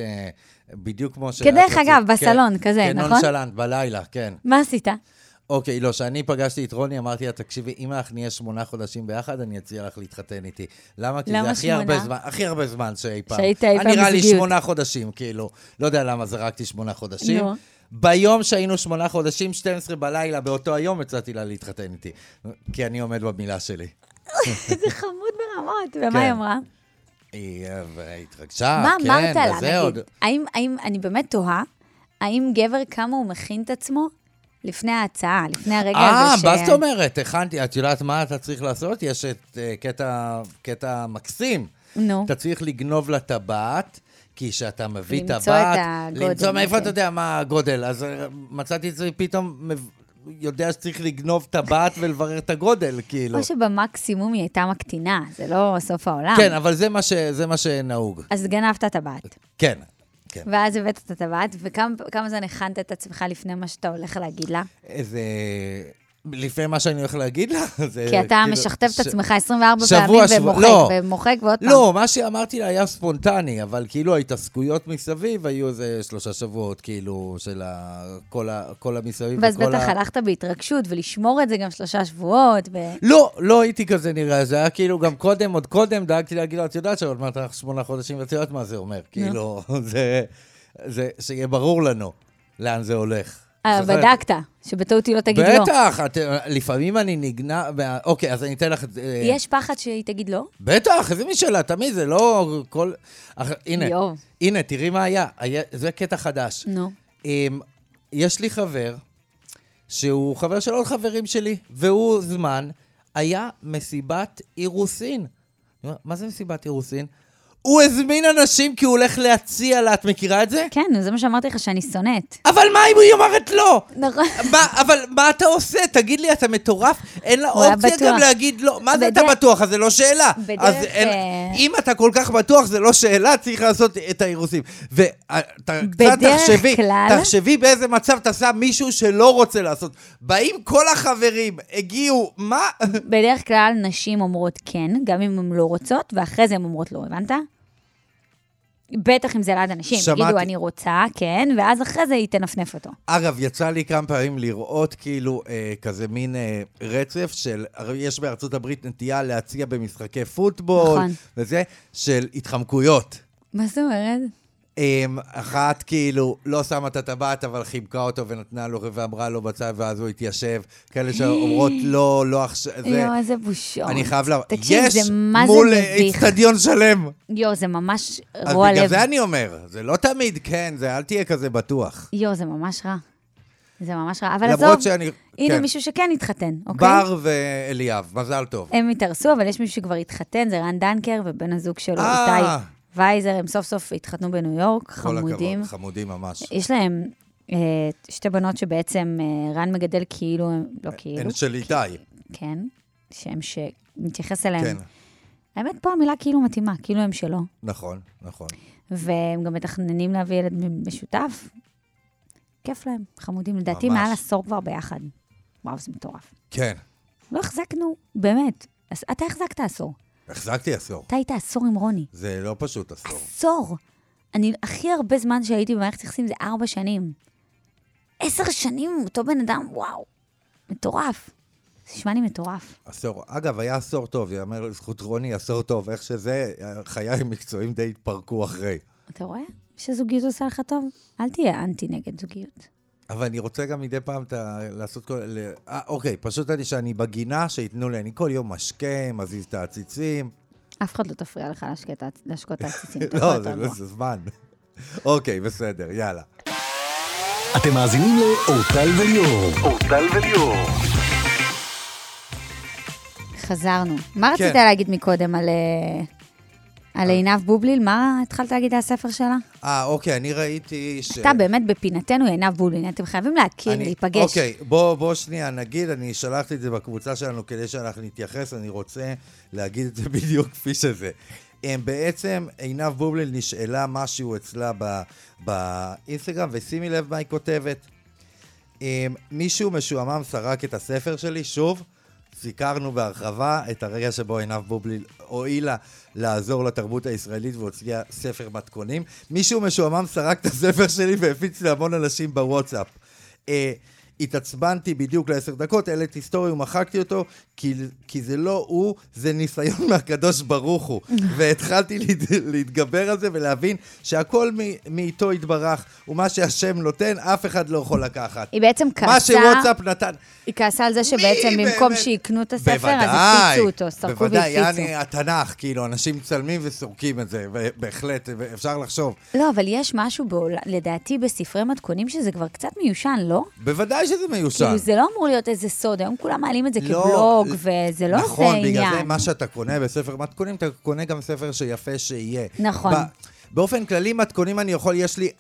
כדרך אגב, בסלון, כזה, נכון? כנונשלנט, בלילה, כן. מה עשית? אוקיי, לא, שאני פגשתי את רוני, אמרתי לה, תקשיבי, אם אנחנו נהיה 8 חודשים ביחד, אני אציע לך להתחתן איתי. למה? כי זה הכי הרבה זמן שאי פעם. שהיית אי פעם נראה לי בזוגיות. 8 חודשים, כאילו. לא יודע למה זרקתי 8 חודשים. ביום שהיינו 8 חודשים, 12 בלילה, באותו היום הצעתי לה להתחתן איתי. כי אני עומד במילה שלי. זה חמוד ברמות. ומה היא אמרה? היא התרגשה, מה כן, אמרת לה, וזה עוד. נגיד? אני באמת תוהה, האם גבר כמה הוא מכין את עצמו לפני ההצעה, לפני הרגע הזה מה זאת אומרת? הכנתי, את יודעת מה אתה צריך לעשות? יש את קטע מקסים. נו. אתה צריך לגנוב לטבעת, כי שאתה מביא טבעת... למצוא את הגודל. למצוא מאיפה אתה יודע מה הגודל. אז מצאתי את זה פתאום... יודע שצריך לגנוב טבעת ולברר את הגודל, כאילו. או שבמקסימום היא הייתה מקטינה, זה לא סוף העולם. כן, אבל זה מה שנהוג. אז גנבת טבעת. כן. ואז הבאת את הטבעת, וכמה זמן הכנת את עצמך לפני מה שאתה הולך להגיד לה? לפני מה שאני הולך להגיד לה, זה... כי אתה כאילו, משכתב את עצמך 24 פעמים ומוחק ועוד פעם. לא, מה שאמרתי לה היה ספונטני, אבל כאילו ההתעסקויות מסביב היו איזה 3 שבועות, כאילו, של כל המסביב. ואז בטח הלכת בהתרגשות, ולשמור את זה גם 3 שבועות. לא הייתי כזה נראה, זה היה כאילו גם קודם, עוד קודם, דאגתי להגיד לה, את יודעת שעוד מעט 8 חודשים, ואת יודעת מה זה אומר, כאילו, זה שיהיה ברור לנו לאן זה הולך. בדקת, שבטעות היא לא תגיד לא. בטח, לפעמים אני נגנה... אוקיי, אז אני אתן לך... יש פחד שהיא תגיד לא? בטח, איזה משאלה, תמיד זה לא כל... הנה, תראי מה היה. זה קטע חדש. נו. יש לי חבר, שהוא חבר של עוד חברים שלי, והוא זמן, היה מסיבת אירוסין. מה זה מסיבת אירוסין? הוא הזמין אנשים כי הוא הולך להציע לה, את מכירה את זה? כן, זה מה שאמרתי לך שאני שונאת. אבל מה אם היא אומרת לא? נכון. אבל מה אתה עושה? תגיד לי, אתה מטורף? אין לה אופציה גם להגיד לא. מה זה אתה בטוח? אז זה לא שאלה. אם אתה כל כך בטוח, זה לא שאלה, צריך לעשות את האירוסים. וקצת תחשבי באיזה מצב אתה שם מישהו שלא רוצה לעשות. באים כל החברים, הגיעו, מה? בדרך כלל נשים אומרות כן, גם אם הן לא רוצות, ואחרי זה הן אומרות לא, הבנת? בטח אם זה ליד אנשים, יגידו אני רוצה, כן, ואז אחרי זה היא תנפנף אותו. אגב, יצא לי כמה פעמים לראות כאילו כזה מין רצף של, יש בארצות הברית נטייה להציע במשחקי פוטבול, נכון. וזה, של התחמקויות. מה זאת אומרת? אחת כאילו לא שמה את הטבעת, אבל חיבקה אותו ונתנה לו ואמרה לו בצד, ואז הוא התיישב. כאלה שאומרות לא עכשיו. יו, איזה בושות. אני חייב לה... תקשיב, יש זה מה זה מול מביך. אצטדיון שלם. יו, זה ממש אז רוע לב. בגלל זה אני אומר, זה לא תמיד, כן, זה אל תהיה כזה בטוח. יו, זה ממש רע. זה ממש רע. אבל למרות עזוב, שאני... הנה כן. מישהו שכן התחתן, אוקיי? בר ואליאב, מזל טוב. הם התארסו, אבל יש מישהו שכבר התחתן, זה רן דנקר ובן הזוג שלו, איתי וייזר, הם סוף סוף התחתנו בניו יורק, חמודים. כל הכבוד, חמודים ממש. יש להם 2 בנות שבעצם רן מגדל כאילו, לא כאילו. הן של איתי. כן, שם שמתייחס אליהם. כן. האמת פה המילה כאילו מתאימה, כאילו הם שלו. נכון, נכון. והם גם מתכננים להביא ילד משותף. כיף להם, חמודים. לדעתי ממש. מעל 10 כבר ביחד. וואו, זה מטורף. כן. לא החזקנו, באמת. אתה החזקת 10. החזקתי 10. אתה היית 10 עם רוני. זה לא פשוט 10. 10. אני, הכי הרבה זמן שהייתי במערכת יחסים זה 4 שנים. 10 שנים, אותו בן אדם, וואו. מטורף. זה נשמע לי מטורף. 10. אגב, היה 10 טוב, יאמר לזכות רוני 10 טוב. איך שזה, חיי מקצועיים די התפרקו אחרי. אתה רואה? שזוגיות עושה לך טוב? אל תהיה אנטי נגד זוגיות. אבל אני רוצה גם מדי פעם לעשות אוקיי, פשוט שאני בגינה שיתנו לי, אני כל יום משקה, מזיז את העציצים. אף אחד לא תפריע לך להשקות את העציצים. לא, זה זמן. אוקיי, בסדר, יאללה. אתם מאזינים לאורטל וליאור. אורטל וליאור. חזרנו. מה רצית להגיד מקודם על עינב בובליל? מה התחלת להגיד על הספר שלה? אוקיי, אני ראיתי אתה באמת בפינתנו עינב בובליל, אתם חייבים להכיר, להיפגש. אוקיי, בוא שנייה, נגיד, אני שלחתי את זה בקבוצה שלנו כדי שאנחנו נתייחס, אני רוצה להגיד את זה בדיוק כפי שזה. בעצם עינב בובליל נשאלה משהו אצלה באינסטגרם, ושימי לב מה היא כותבת. מישהו משועמם סרק את הספר שלי, שוב, סיקרנו בהרחבה את הרגע שבו עינב בובליל הועילה לעזור לתרבות הישראלית והוציאה ספר מתכונים. מישהו משועמם סרק את הספר שלי והפיץ להמון אנשים בוואטסאפ. התעצבנתי בדיוק ל10 דקות, העליתי היסטוריה ומחקתי אותו, כי זה לא הוא, זה ניסיון מהקדוש ברוך הוא. והתחלתי להתגבר על זה ולהבין שהכל מאיתו יתברך, ומה שהשם נותן, אף אחד לא יכול לקחת. היא בעצם כעסה, מה שוואטסאפ נתן. היא כעסה על זה שבעצם במקום שיקנו את הספר, אז הפיצו אותו, סרקו והפיצו. בוודאי, התנ"ך, כאילו, אנשים מצלמים וסורקים את זה, בהחלט, אפשר לחשוב. לא, אבל יש משהו, לדעתי, בספרי מתכונים שזה כבר קצת מיושן, לא? בוודאי שזה מיושן. כאילו, זה לא אמור להיות איזה סוד, היום כולם מעלים את זה כבלוג, וזה לא נכון, זה עניין. בגלל זה מה שאתה קונה בספר מתכונים, אתה קונה גם ספר שיפה שיהיה. נכון. באופן כללי, מתכונים אני יכול, יש לי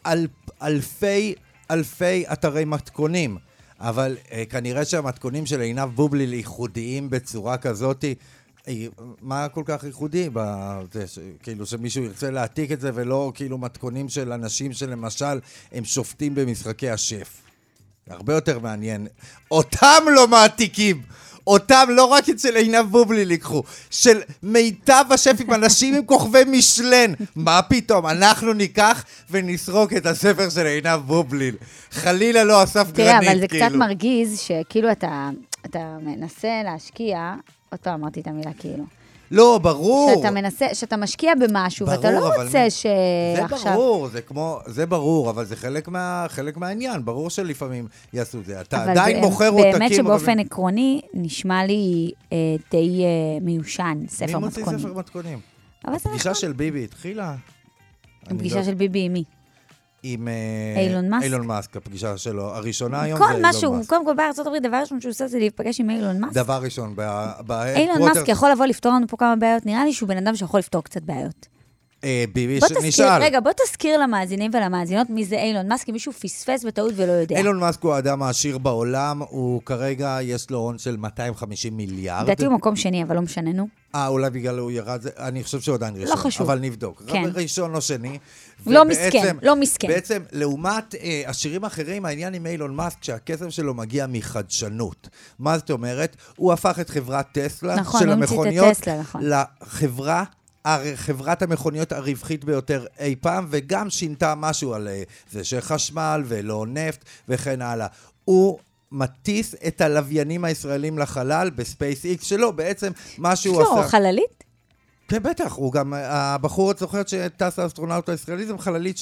אלפי אתרי מתכונים, אבל כנראה שהמתכונים של עינב בובליל ייחודיים בצורה כזאת, מה כל כך ייחודי? כאילו שמישהו ירצה להעתיק את זה, ולא כאילו מתכונים של אנשים שלמשל הם שופטים במשחקי השף. הרבה יותר מעניין. אותם לא מעתיקים. אותם לא רק אצל עינב בובליל לקחו, של מיטב השפים, אנשים עם כוכבי משלן. מה פתאום? אנחנו ניקח ונסרוק את הספר של עינב בובליל. חלילה לא אסף גרנית, כאילו. תראה, אבל זה קצת מרגיז שכאילו אתה מנסה להשקיע, עוד פעם אמרתי את המילה כאילו. לא, ברור. שאתה משקיע במשהו, ואתה לא רוצה שעכשיו... זה ברור, אבל זה חלק מהעניין. ברור שלפעמים יעשו זה. אתה עדיין מוכר אותקים. באמת שבאופן עקרוני נשמע לי די מיושן, ספר מתכונים. מי מוציא ספר מתכונים? הפגישה של ביבי התחילה. הפגישה של ביבי עם מי? עם אילון מאסק. אילון מאסק, הפגישה שלו. הראשונה היום זה אילון מאסק. קודם כל בארצות הברית, דבר ראשון שהוא עושה זה להיפגש עם אילון מאסק. דבר ראשון. אילון מאסק יכול לבוא לפתור לנו פה כמה בעיות. נראה לי שהוא בן אדם שיכול לפתור קצת בעיות. ביבי שנשאל. רגע, בוא תזכיר למאזינים ולמאזינות מי זה אילון מאסק, אם מישהו פספס בטעות ולא יודע. אילון מאסק הוא האדם העשיר בעולם, הוא כרגע יש לו הון של 250 מיליארד. דעתי הוא מקום שני, אבל לא משננו. אולי בגלל הוא ירד, אני חושב שהוא עדיין ראשון. לא חשוב. אבל נבדוק. כן. ראשון או שני. לא מסכן, לא מסכן. בעצם, לעומת עשירים אחרים, העניין עם אילון מאסק, שהכסף שלו מגיע מחדשנות. מה זאת אומרת? הוא הפך את חברת טסלה של המכוניות לחברה חברת המכוניות הרווחית ביותר אי פעם, וגם שינתה משהו על זה שחשמל ולא נפט וכן הלאה. הוא מטיס את הלוויינים הישראלים לחלל בספייס איקס שלו, בעצם מה שהוא עשה... יש לו חללית? כן, בטח, הוא גם, הבחור את זוכרת שטס האסטרונאוט הישראלי, זה חללית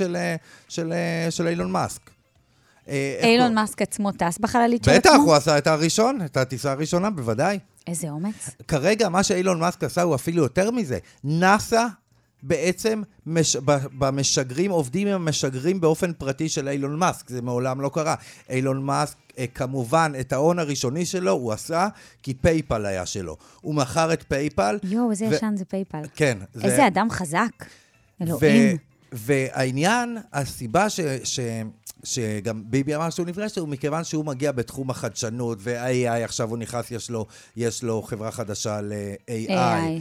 של אילון מאסק. אילון מאסק עצמו טס בחללית של עצמו? בטח, הוא עשה את הטיסה הראשונה, בוודאי. איזה אומץ. כרגע, מה שאילון מאסק עשה הוא אפילו יותר מזה. נאסא בעצם במשגרים, עובדים עם המשגרים באופן פרטי של אילון מאסק. זה מעולם לא קרה. אילון מאסק, כמובן, את ההון הראשוני שלו הוא עשה, כי פייפל היה שלו. הוא מכר את פייפל. איזה ישן זה פייפל. כן. איזה אדם חזק. אלוהים. והעניין, הסיבה שגם ביבי אמר שהוא נפגש, הוא מכיוון שהוא מגיע בתחום החדשנות, ו-AI עכשיו הוא נכנס, יש לו חברה חדשה ל-AI.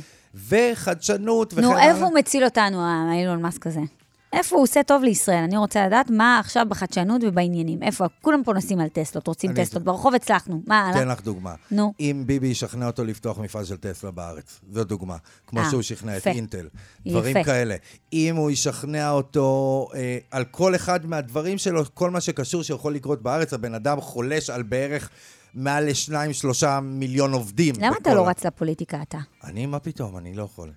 וחדשנות וכן... נו, איפה הוא מציל אותנו, האילון מאסק הזה? איפה הוא עושה טוב לישראל? אני רוצה לדעת מה עכשיו בחדשנות ובעניינים. איפה? כולם פה נוסעים על טסלות, רוצים טסלות. ברחוב הצלחנו. מה הלאה? תן לך דוגמה. נו. אם ביבי ישכנע אותו לפתוח מפעל של טסלה בארץ, זו דוגמה. כמו שהוא שכנע את אינטל. דברים כאלה. אם הוא ישכנע אותו על כל אחד מהדברים שלו, כל מה שקשור שיכול לקרות בארץ, הבן אדם חולש על בערך מעל ל2-3 מיליון עובדים. למה אתה לא רץ לפוליטיקה אתה? אני, מה פתאום? אני לא יכול.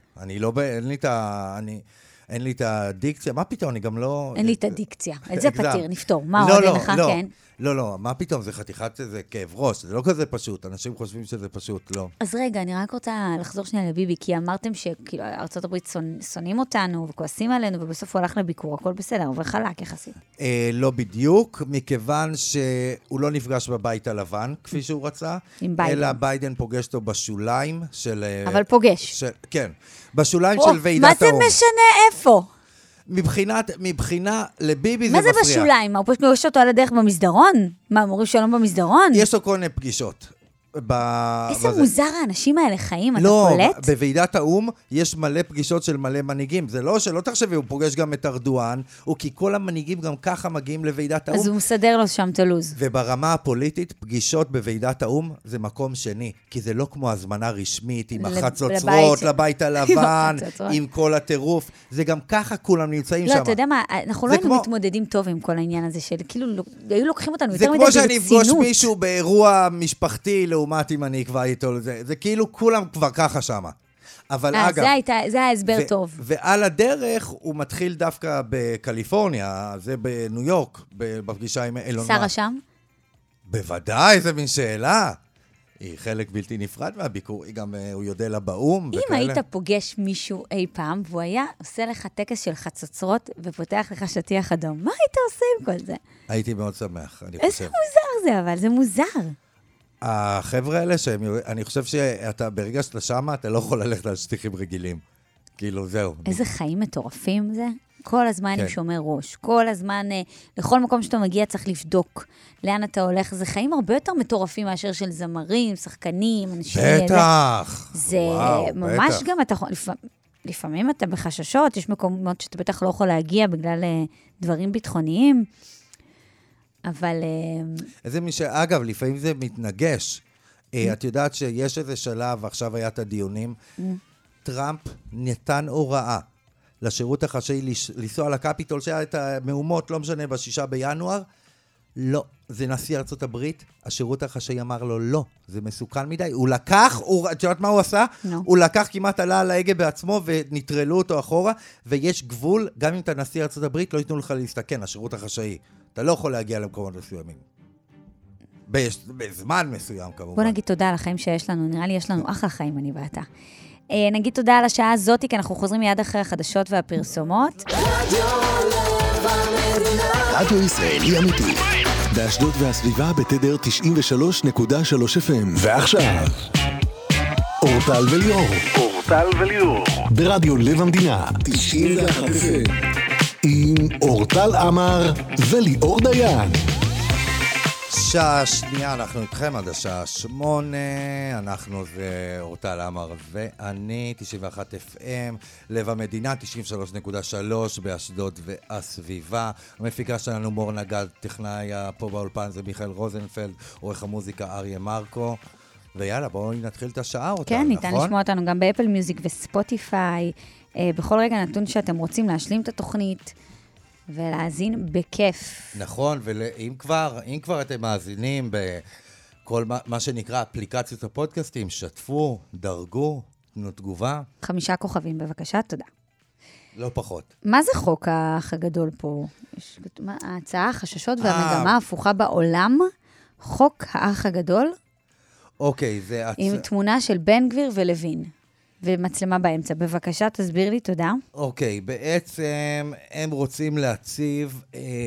אין לי את הדיקציה, מה פתאום, אני גם לא... אין לי את הדיקציה, את זה פתיר, נפתור. מה עוד אין לך, כן? לא, מה פתאום, זה חתיכת, זה כאב ראש, זה לא כזה פשוט, אנשים חושבים שזה פשוט, לא. אז רגע, אני רק רוצה לחזור שנייה לביבי, כי אמרתם שכאילו ארצות הברית שונאים אותנו וכועסים עלינו, ובסוף הוא הלך לביקור, הכל בסדר, עובר חלק יחסית. לא בדיוק, מכיוון שהוא לא נפגש בבית הלבן, כפי שהוא רצה, אלא ביידן פוגש אותו בשוליים של... אבל פוגש. כן, בשוליים של ועידת האו"ם. מה זה משנה איפה? מבחינה לביבי זה מפריע. מה זה בשוליים? הוא פשוט פוגש אותו על הדרך במסדרון? מה, אמורים שלום במסדרון? יש לו כל מיני פגישות. איזה מוזר האנשים האלה חיים, אתה קולט? לא, בוועידת האו"ם יש מלא פגישות של מלא מנהיגים. זה לא שלא תחשבי, הוא פוגש גם את ארדואן, כי כל המנהיגים גם ככה מגיעים לוועידת האו"ם. אז הוא מסדר לו שם תלוז. וברמה הפוליטית, פגישות בוועידת האו"ם זה מקום שני, כי זה לא כמו הזמנה רשמית, עם החצוצרות לבית הלבן, עם כל הטירוף. זה גם ככה כולם נמצאים שם. לא, אתה יודע מה, אנחנו לא היינו מתמודדים טוב עם כל העניין הזה, של כאילו, היו לוקחים אותנו יותר מדי ברצינות. זה כמו שאני אפגוש מישהו באירוע משפחתי לעומת אם אני אקבע איתו לזה. זה כאילו כולם כבר ככה שמה. אבל אגב... זה היה הסבר טוב. ועל הדרך הוא מתחיל דווקא בקליפורניה, זה בניו יורק, בפגישה עם אילון מאסק. שרה שם? בוודאי, זה מין שאלה. היא חלק בלתי נפרד מהביקור, היא גם, הוא יודע לה באום וכאלה. אם היית פוגש מישהו אי פעם, והוא היה עושה לך טקס של חצוצרות, ופותח לך שטיח אדום, מה היית עושה עם כל זה? הייתי מאוד שמח, אני חושב. איזה מוזר זה, אבל זה מוזר. החבר'ה האלה, אני חושב שאתה, ברגע שאתה שמה, אתה לא יכול ללכת על שטיחים רגילים. כאילו, זהו. איזה חיים מטורפים זה. כל הזמן עם שומר ראש. כל הזמן, לכל מקום שאתה מגיע צריך לבדוק לאן אתה הולך. זה חיים הרבה יותר מטורפים מאשר של זמרים, שחקנים, אנשים... בטח! זה ממש גם, לפעמים אתה בחששות, יש מקומות שאתה בטח לא יכול להגיע בגלל דברים ביטחוניים. אבל... איזה מי אגב, לפעמים זה מתנגש. את יודעת שיש איזה שלב, עכשיו היה את הדיונים, טראמפ נתן הוראה לשירות החשאי לנסוע לקפיטול, שהיה את המהומות, לא משנה, ב6 בינואר, לא, זה נשיא ארצות הברית, השירות החשאי אמר לו, לא, זה מסוכן מדי. הוא לקח, את יודעת מה הוא עשה? הוא לקח, כמעט עלה על ההגה בעצמו, ונטרלו אותו אחורה, ויש גבול, גם אם אתה נשיא ארצות הברית, לא ייתנו לך להסתכן, השירות החשאי. אתה לא יכול להגיע למקומות מסוימים. בזמן מסוים, כמובן. בוא נגיד תודה על החיים שיש לנו, נראה לי יש לנו אחלה חיים, אני ואתה. נגיד תודה על השעה הזאת, כי אנחנו חוזרים מיד אחרי החדשות והפרסומות. רדיו ישראלי אמיתי. באשדוד והסביבה בתדר 93.3 FM. ועכשיו, אורטל וליאור. אורטל וליאור. ברדיו לב המדינה 91 FM. עם אורטל עמר וליאור דיין. שעה שנייה, אנחנו איתכם עד השעה 8, אנחנו זה אורטל עמר ואני, 91 FM, לב המדינה, 93.3 באשדוד והסביבה. המפיקה שלנו מור נגד, טכנאי פה באולפן זה מיכאל רוזנפלד, עורך המוזיקה אריה מרקו, ויאללה בואו נתחיל את השעה אורטל, כן, נכון? ניתן לשמוע אותנו גם באפל מיוזיק וספוטיפיי, בכל רגע נתון שאתם רוצים להשלים את התוכנית, ולהאזין בכיף. נכון, ואם כבר אתם מאזינים בכל מה שנקרא אפליקציות הפודקאסטים, שתפו, דרגו, תנו תגובה. 5 כוכבים, בבקשה, תודה. לא פחות. מה זה חוק האח הגדול פה? ההצעה, החששות והמגמה ההפוכה בעולם, חוק האח הגדול, אוקיי, זה... עם תמונה של בן גביר ולוין. ומצלמה באמצע. בבקשה, תסביר לי, תודה. אוקיי, בעצם הם רוצים להציב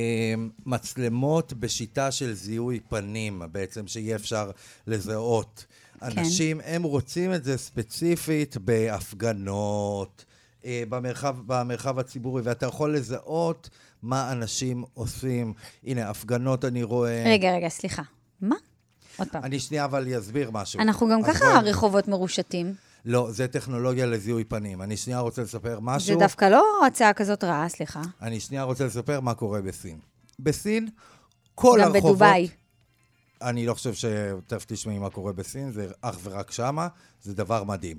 מצלמות בשיטה של זיהוי פנים, בעצם שיהיה אפשר לזהות אנשים. הם רוצים את זה ספציפית בהפגנות, במרחב הציבורי, ואתה יכול לזהות מה אנשים עושים. הנה, הפגנות אני רואה... רגע, סליחה. מה? עוד פעם. אני שנייה אבל אסביר משהו. אנחנו גם ככה רחובות מרושתים. לא, זה טכנולוגיה לזיהוי פנים. אני שנייה רוצה לספר משהו. זה דווקא לא הצעה כזאת רעה, סליחה. אני שנייה רוצה לספר מה קורה בסין. בסין, כל הרחובות... גם בדוביי. אני לא חושב שתכף תשמעי מה קורה בסין, זה אך ורק שמה, זה דבר מדהים.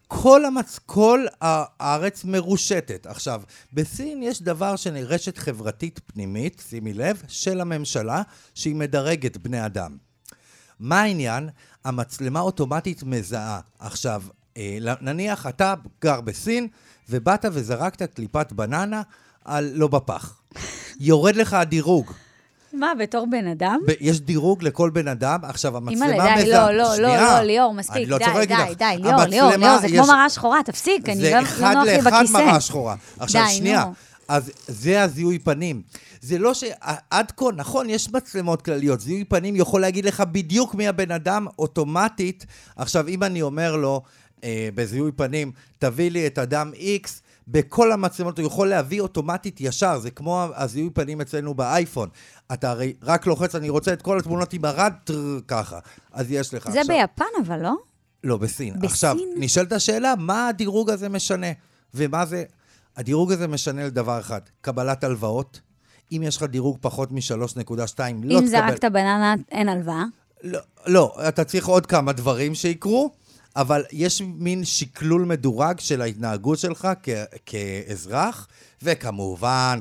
כל הארץ מרושתת. עכשיו, בסין יש דבר רשת חברתית פנימית, שימי לב, של הממשלה, שהיא מדרגת בני אדם. מה העניין? המצלמה אוטומטית מזהה. עכשיו, נניח אתה גר בסין, ובאת וזרקת קליפת בננה לא בפח. יורד לך הדירוג. מה, בתור בן אדם? יש דירוג לכל בן אדם, עכשיו המצלמה מזהה. לא, ליאור, מספיק, די, ליאור, זה כמו מראה שחורה, תפסיק, אני לא נוח לי בכיסא. זה אחד מראה שחורה. עכשיו, שנייה, אז זה הזיהוי פנים. זה לא שעד כה, נכון, יש מצלמות כלליות, זיהוי פנים יכול להגיד לך בדיוק מי הבן אדם אוטומטית. עכשיו, אם אני אומר לו בזיהוי פנים, תביא לי את אדם X, בכל המצלמות הוא יכול להביא אוטומטית ישר, זה כמו הזיהוי פנים אצלנו באייפון. אתה הרי רק לוחץ, אני רוצה את כל התמונות עם הרד, ככה. אז יש לך זה עכשיו... ביפן אבל לא? לא, בסין. עכשיו, נשאלת השאלה, מה הדירוג הזה משנה? ומה זה? הדירוג הזה משנה לדבר אחד, קבלת הלוואות. אם יש לך דירוג פחות מ-3.2, לא תקבל... אם זרקת בננה, אין הלוואה? לא, אתה צריך עוד כמה דברים שיקרו, אבל יש מין שקלול מדורג של ההתנהגות שלך כאזרח, וכמובן,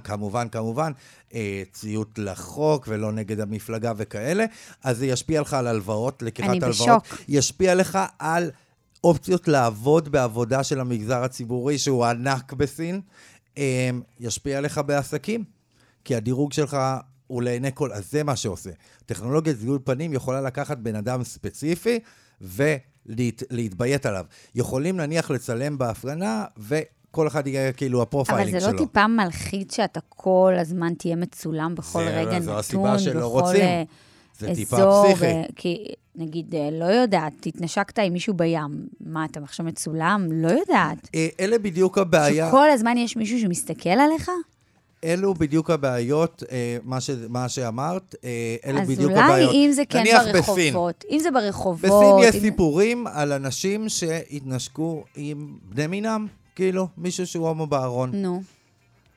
ציות לחוק ולא נגד המפלגה וכאלה, אז זה ישפיע לך על הלוואות, לקיחת הלוואות. אני בשוק. ישפיע לך על אופציות לעבוד בעבודה של המגזר הציבורי, שהוא ענק בסין, ישפיע לך בעסקים, כי הדירוג שלך הוא לעיני כל, אז זה מה שעושה. טכנולוגיית זיהוי פנים יכולה לקחת בן אדם ספציפי, ולהתביית עליו. יכולים נניח לצלם בהפגנה, וכל אחד יהיה כאילו הפרופיילינג שלו. אבל זה לא טיפה מלחיץ שאתה כל הזמן תהיה מצולם בכל רגע נתון, זו הסיבה שלא רוצים. זה טיפה פסיכי. כי נגיד, לא יודעת, תתנשקת עם מישהו בים, מה, אתה עכשיו מצולם? לא יודעת. אלה בדיוק הבעיה. שכל הזמן יש מישהו שמסתכל עליך? אלו בדיוק הבעיות, מה שאמרת, אלו בדיוק הבעיות. אז אולי אם זה כן ברחובות, אם זה ברחובות... בסין יש סיפורים על אנשים שהתנשקו עם בני מינם, כאילו, מישהו שהוא הומו בארון. נו.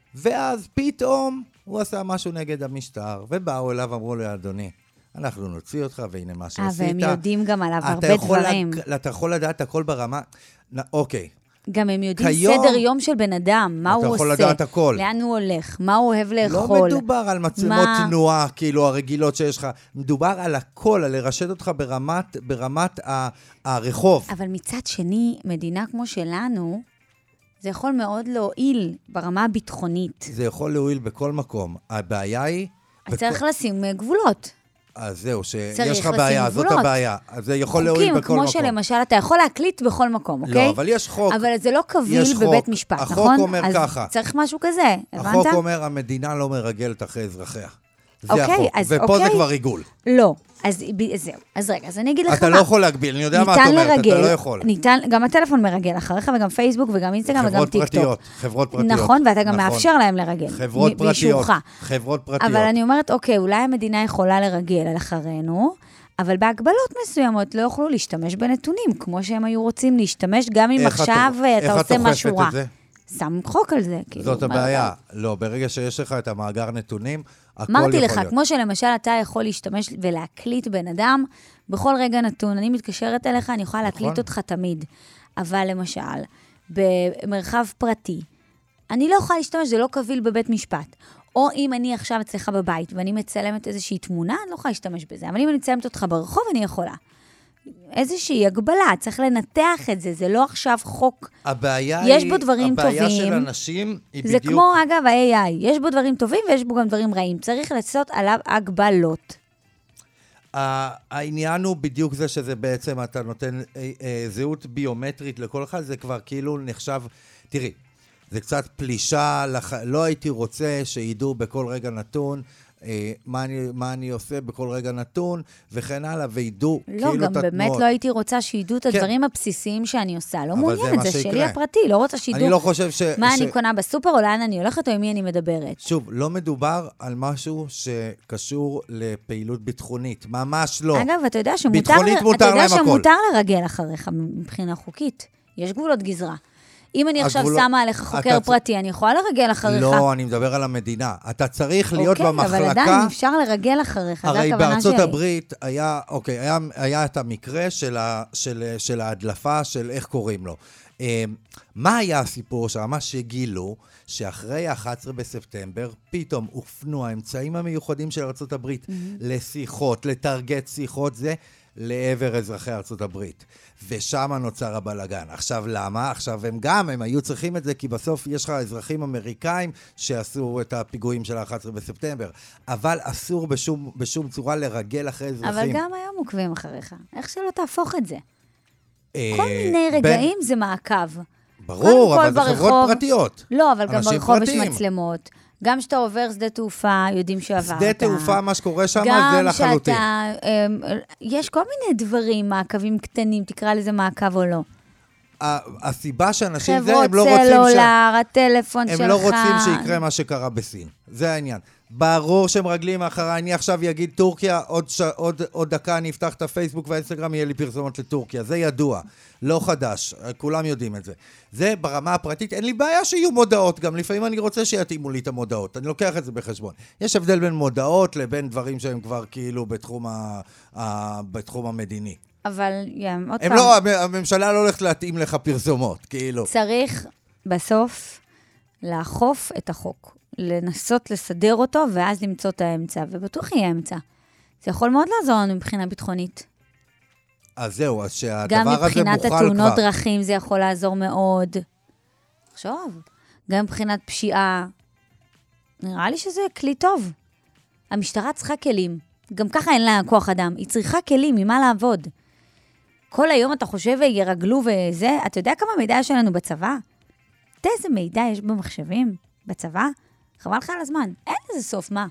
ואז פתאום הוא עשה משהו נגד המשטר, ובאו אליו, אמרו לו, אדוני, אנחנו נוציא אותך, והנה מה שעשית. והם יודעים גם עליו הרבה דברים. אתה יכול לדעת הכל ברמה, אוקיי. גם הם יודעים סדר יום של בן אדם, מה הוא עושה. אתה יכול לדעת הכל. לאן הוא הולך, מה הוא אוהב לאכול. לא מדובר על מצלמות תנועה, כאילו הרגילות שיש לך. מדובר על הכל, על לרשת אותך ברמת הרחוב. אבל מצד שני, מדינה כמו שלנו, זה יכול מאוד להועיל ברמה הביטחונית. זה יכול להועיל בכל מקום. הבעיה היא... צריך לשים גבולות. אז זהו, שיש לך בעיה, זאת הבעיה. אז זה יכול להועיל בכל מקום. כמו שלמשל, אתה יכול להקליט בכל מקום, אוקיי? לא, אבל יש חוק. אבל זה לא קביל בבית משפט, נכון? החוק אומר ככה. אז צריך משהו כזה, הבנת? החוק אומר, המדינה לא מרגלת אחרי אזרחיה. זה החוק, ופה זה כבר ריגול. לא, אז זהו. אז רגע, אז אני אגיד לך מה. אתה לא יכול להגביל, אני יודע מה את אומרת, אתה לא יכול. גם הטלפון מרגל אחריך, וגם פייסבוק, וגם אינסטגרם, וגם טיקטוק. חברות פרטיות. נכון, ואתה גם מאפשר להם לרגל. חברות פרטיות. אבל אני אומרת, אוקיי, אולי המדינה יכולה לרגל על אחרינו, אבל בהגבלות מסוימות לא יוכלו להשתמש בנתונים, כמו שהם היו רוצים להשתמש, גם אם עכשיו אתה עושה משהו רע. שם חוק על זה. זאת הבעיה. לא, ברגע שיש לך את המאגר נתונים, הכל יכול להיות. אמרתי לך, כמו שלמשל אתה יכול להשתמש ולהקליט בן אדם, בכל רגע נתון, אני מתקשרת אליך, אני יכולה להקליט אותך תמיד. אבל למשל, במרחב פרטי, אני לא יכולה להשתמש, זה לא קביל בבית משפט. או אם אני עכשיו אצלך בבית, ואני מצלמת איזושהי תמונה, אני לא יכולה להשתמש בזה. אבל אם אני מצלמת אותך ברחוב, אני יכולה. איזושהי הגבלה, צריך לנתח את זה, זה לא עכשיו חוק. הבעיה יש בו דברים טובים. הבעיה של אנשים היא זה בדיוק... זה כמו, אגב, ה-AI, יש בו דברים טובים ויש בו גם דברים רעים. צריך לעשות עליו הגבלות. העניין הוא בדיוק זה שזה בעצם, אתה נותן זהות ביומטרית לכל אחד, זה כבר כאילו נחשב, תראי, זה קצת פלישה, לא הייתי רוצה שידעו בכל רגע נתון, מה אני עושה בכל רגע נתון, וכן הלאה, וידעו לא, כאילו את התנועות. לא, גם באמת לא הייתי רוצה שידעו את הדברים הבסיסיים שאני עושה. לא מעוניינת, זה שלי הפרטי, לא רוצה שידעו. אני לא חושב מה אני קונה בסופר, או לאן אני הולכת, או עם מי אני מדברת. שוב, לא מדובר על משהו שקשור לפעילות ביטחונית. ממש לא. אגב, אתה יודע שמותר לרגל אחריך מבחינה חוקית. יש גבולות גזרה. אם אני עכשיו שמה עליך חוקר פרטי, אני יכולה לרגל אחריך. לא, אני מדבר על המדינה. אתה צריך להיות במחלקה... אוקיי, אבל עדיין אפשר לרגל אחריך, זה הכוונה שלי. הרי בארצות הברית היה את המקרה של ההדלפה של איך קוראים לו. מה היה הסיפור שממש שגילו שאחרי 11 בספטמבר פתאום הופנו האמצעים המיוחדים של ארצות הברית לשיחות, לטרגט שיחות זה, לעבר אזרחי ארצות הברית. ושם נוצר הבלגן. עכשיו למה? עכשיו הם היו צריכים את זה, כי בסוף יש לך אזרחים אמריקאים שעשו את הפיגועים של 11 בספטמבר. אבל אסור בשום צורה לרגל אחרי אזרחים. אבל גם היום עוקבים אחריך. איך שלא תהפוך את זה? כל מיני רגעים זה מעקב. ברור, אבל זה חברות פרטיות. לא, אבל גם ברחוב יש מצלמות. גם שאתה עובר שדה תעופה, יודעים שעברת. שדה תעופה, מה שקורה שם, זה לחלוטין. גם שאתה, יש כל מיני דברים, מעקבים קטנים, תקרא לזה מעקב או לא. הסיבה שאנשים זה, הם לא רוצים חברות סלולר, הטלפון שלך. הם לא רוצים שיקרה מה שקרה בסין. זה העניין. ברור שהם רגלים אחריי, אני עכשיו אגיד טורקיה, עוד דקה אני אפתח את הפייסבוק והאינסטגרם, יהיה לי פרסומות לטורקיה. זה ידוע, לא חדש, כולם יודעים את זה. זה ברמה הפרטית, אין לי בעיה שיהיו מודעות, גם לפעמים אני רוצה שיתאימו לי את המודעות, אני לוקח את זה בחשבון. יש הבדל בין מודעות לבין דברים שהם כבר כאילו בתחום המדיני. אבל, עוד פעם. לא, הממשלה לא הולכת להתאים לך פרסומות, כאילו. צריך בסוף לאכוף את החוק. לנסות לסדר אותו, ואז למצוא את האמצע, ובטוח יהיה אמצע. זה יכול מאוד לעזור לנו מבחינה ביטחונית. אז זהו, אז שהדבר הזה מוכל כבר. גם מבחינת התאונות דרכים זה יכול לעזור מאוד. עכשיו, גם מבחינת פשיעה, נראה לי שזה כלי טוב. המשטרה צריכה כלים. גם ככה אין לה כוח אדם. היא צריכה כלים, ממה לעבוד. כל היום אתה חושב וירגלו וזה, אתה יודע כמה מידע יש לנו בצבא? אתה איזה מידע יש במחשבים? בצבא? חבל לך על הזמן. אין לזה סוף, מה?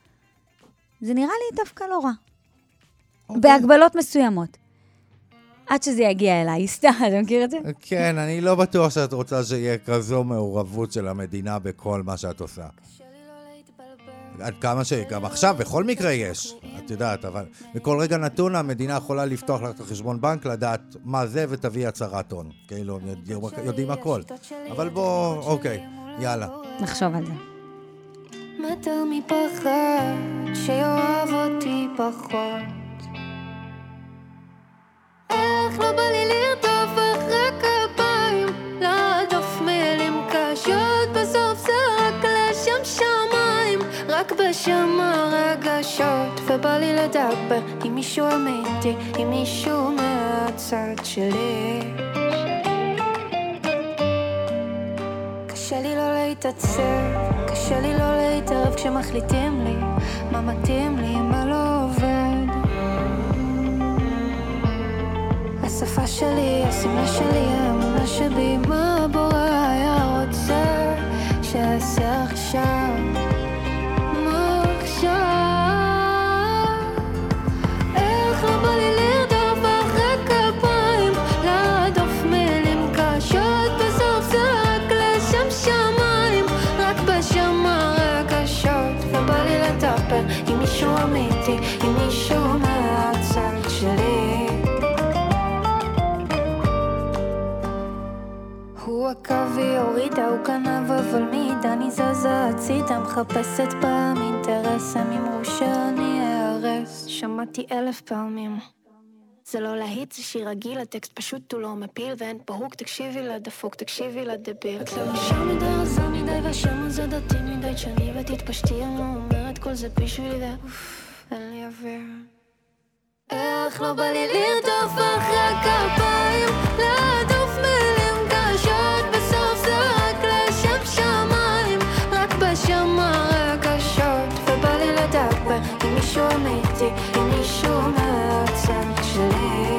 זה נראה לי דווקא לא רע. בהגבלות מסוימות. עד שזה יגיע אליי, סתם, אתה מכיר את זה? כן, אני לא בטוח שאת רוצה שיהיה כזו מעורבות של המדינה בכל מה שאת עושה. עד כמה שגם עכשיו, בכל מקרה יש, את יודעת, אבל בכל רגע נתון המדינה יכולה לפתוח לך את החשבון בנק, לדעת מה זה ותביא הצהרת הון. כאילו, יודעים הכל. אבל בוא, אוקיי. יאללה. נחשוב על זה. מטר מפחד שיאהב אותי פחות. איך לא בא לי לרדוף אחרי כפיים, לעדוף מילים קשות, בסוף זה רק לשם שמיים, רק בשם הרגשות. ובא לי לדבר עם מישהו אמיתי, עם מישהו מהצד שלי. קשה לי לא להתעצב, קשה לי לא להתערב כשמחליטים לי מה מתאים לי, מה לא עובד. השפה שלי, הסמלה שלי, האמונה שבי, מה הבורא היה רוצה שעשה עכשיו, מה עכשיו. איך לא בא לי לרדוף אחרי כפיים, לעדוף מילים קשות, בסוף זה רק לשם שמיים, רק בשם הרגשות. ובא לי לדבר עם מישהו אמיתי, עם מישהו מהצד שלי. הוא עקב והורידה, הוא גנב אבל מידה, אני זזה הצידה, מחפשת פעם אינטרס, הם אמרו שאני אהרס, שמעתי 1000 פעמים. זה לא להיט, זה שיר רגיל, הטקסט פשוט הוא לא מפיל, ואין פה הוק, תקשיבי לדפוק, תקשיבי לדביר. את לא נשאר מדי, רזה מדי, והשם הזה דתי מדי, תשני ותתפשטי, אני לא אומרת כל זה בשבילי, אין לי אוויר. איך לא בא לי לרדוף אחרי כפיים, לעדוף מילים קשות, בסוף זה רק לשם שמיים, רק בשם הרגשות. ובא לי לדבר עם מישהו אמיתי, עם מישהו מהצד שלי.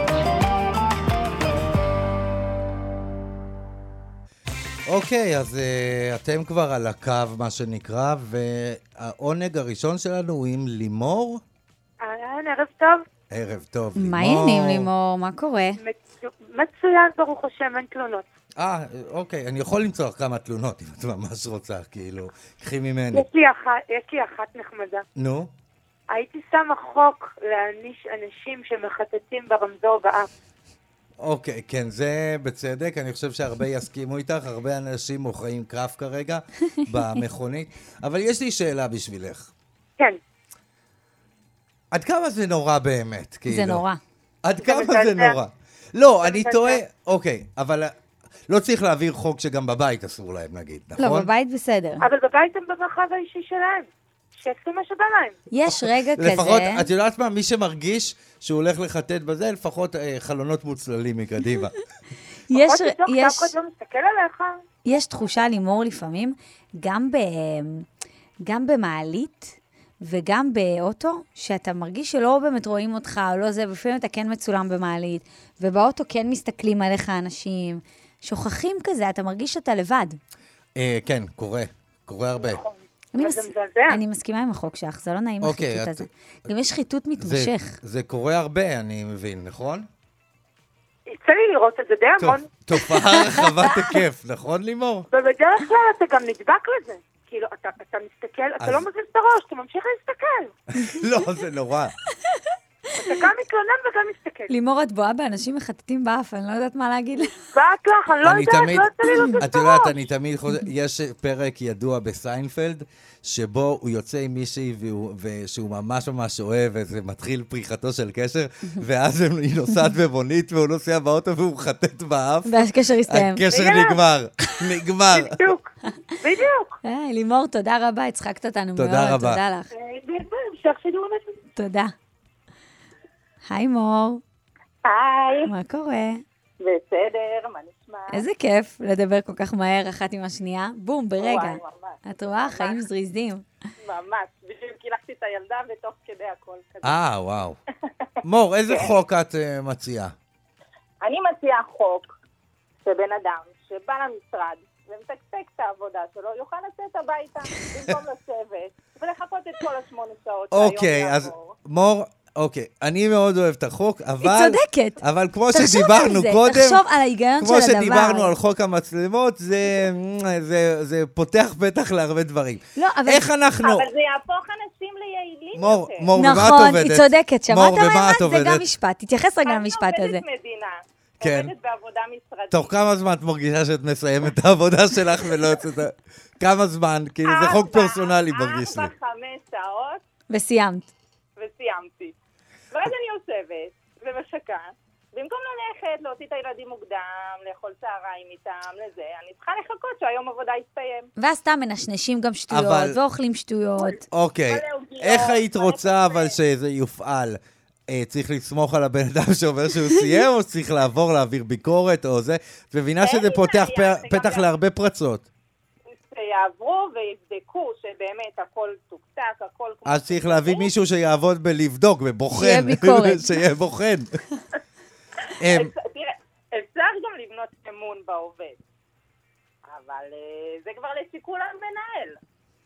אוקיי, אז אתם כבר על הקו, מה שנקרא, והעונג הראשון שלנו הוא עם לימור. ערב טוב. ערב טוב, מה לימור. העניינים, לימור? מה קורה? מצוין, ברוך השם, אין תלונות. אוקיי, אני יכול למצוא לך כמה תלונות, אם את ממש רוצה, כאילו, קחי ממני. יש לי אחת נחמדה. נו? הייתי שמה חוק להעניש אנשים שמחטטים ברמזור באף. אוקיי, כן, זה בצדק, אני חושב שהרבה יסכימו איתך, הרבה אנשים מוכרים קרף כרגע במכונית, אבל יש לי שאלה בשבילך. כן. עד כמה זה נורא באמת, כאילו? זה נורא. עד כמה זה נורא? לא, אני טועה, אוקיי, אבל לא צריך להעביר חוק שגם בבית אסור להם, נגיד, נכון? לא, בבית בסדר. אבל בבית הם במרחב האישי שלהם. שיעשו מה שבא להם. יש רגע כזה... לפחות, את יודעת מה? מי שמרגיש שהוא הולך לחטט בזה, לפחות חלונות מוצללים מקדימה. לפחות לבדוק שאף אחד לא מסתכל עליך. יש תחושה לימור לפעמים, גם במעלית וגם באוטו, שאתה מרגיש שלא באמת רואים אותך או לא זה, ולפעמים אתה כן מצולם במעלית, ובאוטו כן מסתכלים עליך אנשים, שוכחים כזה, אתה מרגיש שאתה לבד. כן, קורה הרבה. אני מסכימה עם החוק שלך, זה לא נעים החיתות הזה. גם יש חיתות מתמשך. זה קורה הרבה, אני מבין, נכון? יצא לי לראות את זה די המון. תופעה רחבת היקף, נכון לימור? ובדרך כלל אתה גם נדבק לזה. כאילו, אתה מסתכל, אתה לא מזיז את הראש, אתה ממשיך להסתכל. לא, זה נורא. אתה גם מתלונן וגם מסתכל. לימור, את בואה באנשים מחטטים באף, אני לא יודעת מה להגיד. באת לך, אני לא יודעת, לא יצא לי לראות את את יודעת, אני תמיד חוזר, יש פרק ידוע בסיינפלד, שבו הוא יוצא עם מישהי ושהוא ממש ממש אוהב, וזה מתחיל פריחתו של קשר, ואז היא נוסעת במונית, והוא נוסע באוטו והוא חטט באף. והקשר הסתיים. הקשר נגמר. בדיוק. לימור, תודה רבה, הצחקת אותנו מאוד. תודה רבה. תודה לך. המשך שידור נפש. תודה. היי מור. היי. מה קורה? בסדר, מה נשמע? איזה כיף לדבר כל כך מהר אחת עם השנייה. בום, ברגע. וואי, ממש. את רואה, חיים זריזים. ממש, בדיוק קילחתי את הילדה ותוך כדי הכל כזה. וואו. מור, איזה חוק את מציעה? אני מציעה חוק שבן אדם שבא למשרד ומתקתק את העבודה שלו, יוכל לצאת הביתה במקום לשבת ולחכות את כל 8 שעות. אוקיי, אז מור... אוקיי, אני מאוד אוהב את החוק, אבל... היא צודקת. אבל כמו שדיברנו קודם... תחשוב על ההיגיון של הדבר. כמו שדיברנו על חוק המצלמות, זה פותח פתח להרבה דברים. לא, אבל... איך אנחנו... אבל זה יהפוך אנשים ליעילים יותר. מור, במה את נכון, עובדת? היא צודקת. שמעת מור, במה את זה עובדת? גם משפט. תתייחס רגע למשפט הזה. אני עובדת מדינה. כן. עובדת בעבודה משרדית. תוך כמה זמן את מרגישה שאת מסיימת את העבודה שלך ולא יוצאת... כמה זמן? כאילו זה חוק פרסונלי מרגיש לי. 4-5 שעות, וסיימת. וסיימתי. ואז אני יושבת ומחכה. במקום ללכת, להוציא את הילדים מוקדם, לאכול צהריים איתם, לזה, אני צריכה לחכות שהיום עבודה יסתיים. ואז סתם מנשנשים גם שטויות, ואוכלים שטויות. אוקיי, איך היית רוצה אבל שזה יופעל? צריך לסמוך על הבן אדם שאומר שהוא סיים, או צריך לעבור, להעביר ביקורת, או זה? את מבינה שזה פותח פתח להרבה פרצות. שיעברו ויבדקו שבאמת הכל תוקתק, הכל... אז צריך להביא מישהו שיעבוד בלבדוק, ובוחן. שיהיה ביקורת. שיהיה בוחן. תראה, אפשר גם לבנות אמון בעובד, אבל זה כבר לשיקול המנהל.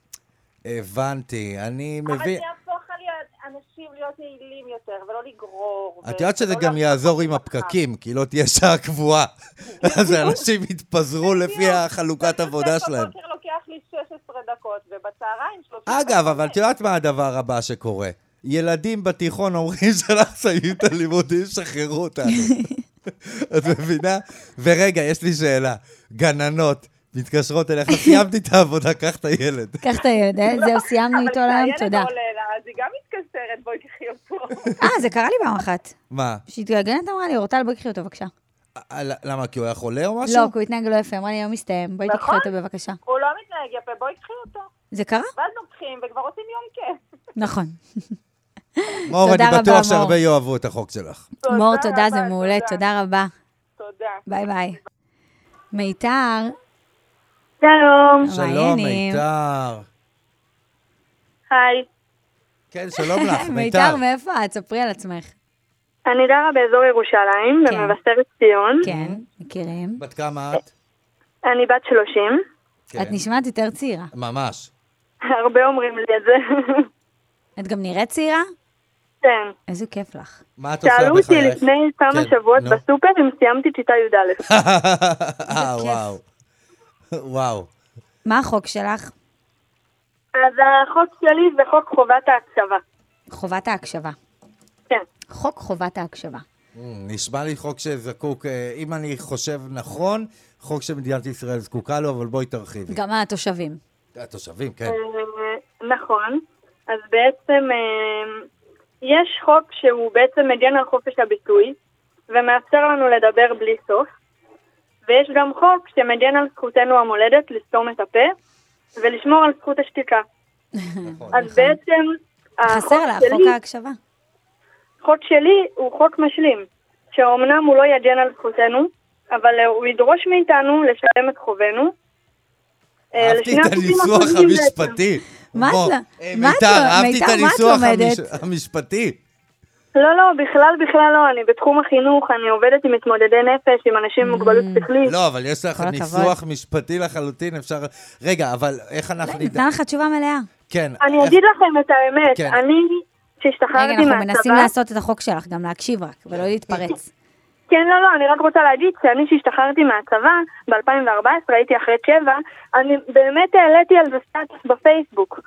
הבנתי, אני מבין... אבל זה יהפוך על אנשים להיות יעילים יותר, ולא לגרור. את יודעת שזה גם יעזור עם הפקקים, כי לא תהיה שעה קבועה. אז האנשים יתפזרו לפי החלוקת עבודה שלהם. בבוקר לוקח לי 16 דקות, ובצהריים 30 דקות. אגב, אבל את יודעת מה הדבר הבא שקורה? ילדים בתיכון אומרים שלך סיימים את הלימודים, שחררו אותנו. את מבינה? ורגע, יש לי שאלה. גננות מתקשרות אליך, סיימתי את העבודה, קח את הילד. קח את הילד, זהו, סיימנו איתו היום, תודה. אבל כשהילד עולה, אז היא גם מתקשרת, בואי קחי אותו. זה קרה לי פעם אחת. מה? שהתגלגלת אמרה לי, אורטל, בואי קחי אותו, בבקשה. למה? כי הוא היה חולה או משהו? לא, כי הוא התנהג לא יפה, אמרה לי, היום מסתיים, בואי תקחי אותו בבקשה. הוא לא מתנהג יפה, בואי קחי אותו. זה קרה? ואז נוקחים וכבר עושים יום כיף. נכון. מור, אני תודה בטוח רבה, שהרבה מור. יאהבו את החוק שלך. מור, תודה, זה רבה, מעולה, תודה. תודה רבה. תודה. ביי ביי. מיתר, שלום. שלום, העניינים? מיתר. היי. כן, שלום לך, מיתר. מיתר, מאיפה את? ספרי על עצמך. אני גרה באזור ירושלים, כן. במבשרת ציון. כן, מכירים. בת כמה את? אני בת 30. כן. את נשמעת יותר צעירה. ממש. הרבה אומרים לי את זה. את גם נראית צעירה? כן. איזה כיף לך. מה את עושה בחייך? שאלו אותי לפני כמה כן, שבועות נו. בסופר אם סיימתי כיתה י"א. וואו. וואו. מה החוק שלך? אז החוק שלי זה חוק חובת ההקשבה. חובת ההקשבה. כן. חוק חובת ההקשבה. נשמע לי חוק שזקוק, אם אני חושב נכון, חוק שמדינת ישראל זקוקה לו, אבל בואי תרחיבי. גם התושבים. התושבים, כן. נכון. אז בעצם יש חוק שהוא בעצם מגן על חופש הביטוי, ומאפשר לנו לדבר בלי סוף. ויש גם חוק שמגן על זכותנו המולדת לסתום את הפה, ולשמור על זכות השתיקה. אז בעצם חסר לה, חוק ההקשבה. חוק שלי הוא חוק משלים, שאומנם הוא לא יגן על זכותנו, אבל הוא ידרוש מאיתנו לשלם את חובנו. אהבתי את הניסוח המשפטי. מה את לא? מיתר, אהבתי את הניסוח המשפטי. לא, בכלל לא. אני בתחום החינוך, אני עובדת עם מתמודדי נפש, עם אנשים עם מוגבלות שכלית. לא, אבל יש לך ניסוח משפטי לחלוטין, אפשר... רגע, אבל איך אנחנו נדע? ניתן לך תשובה מלאה. כן. אני אגיד לכם את האמת, כן. אני, שהשתחררתי רגע, מהצבא... אנחנו מנסים לעשות את החוק שלך, גם להקשיב רק, ולא להתפרץ. כן, לא, אני רק רוצה להגיד שאני שהשתחררתי מהצבא, ב-2014, הייתי אחרי 7, אני באמת העליתי על זה סטטוס בפייסבוק,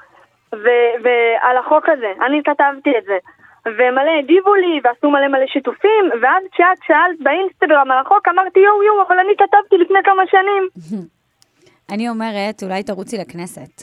ועל החוק הזה, אני כתבתי את זה, ומלא הגיבו לי, ועשו מלא שיתופים, ואז כשאת שאלת באינסטגרם על החוק, אמרתי יו, אבל אני כתבתי לפני כמה שנים. אני אומרת, אולי תרוצי לכנסת.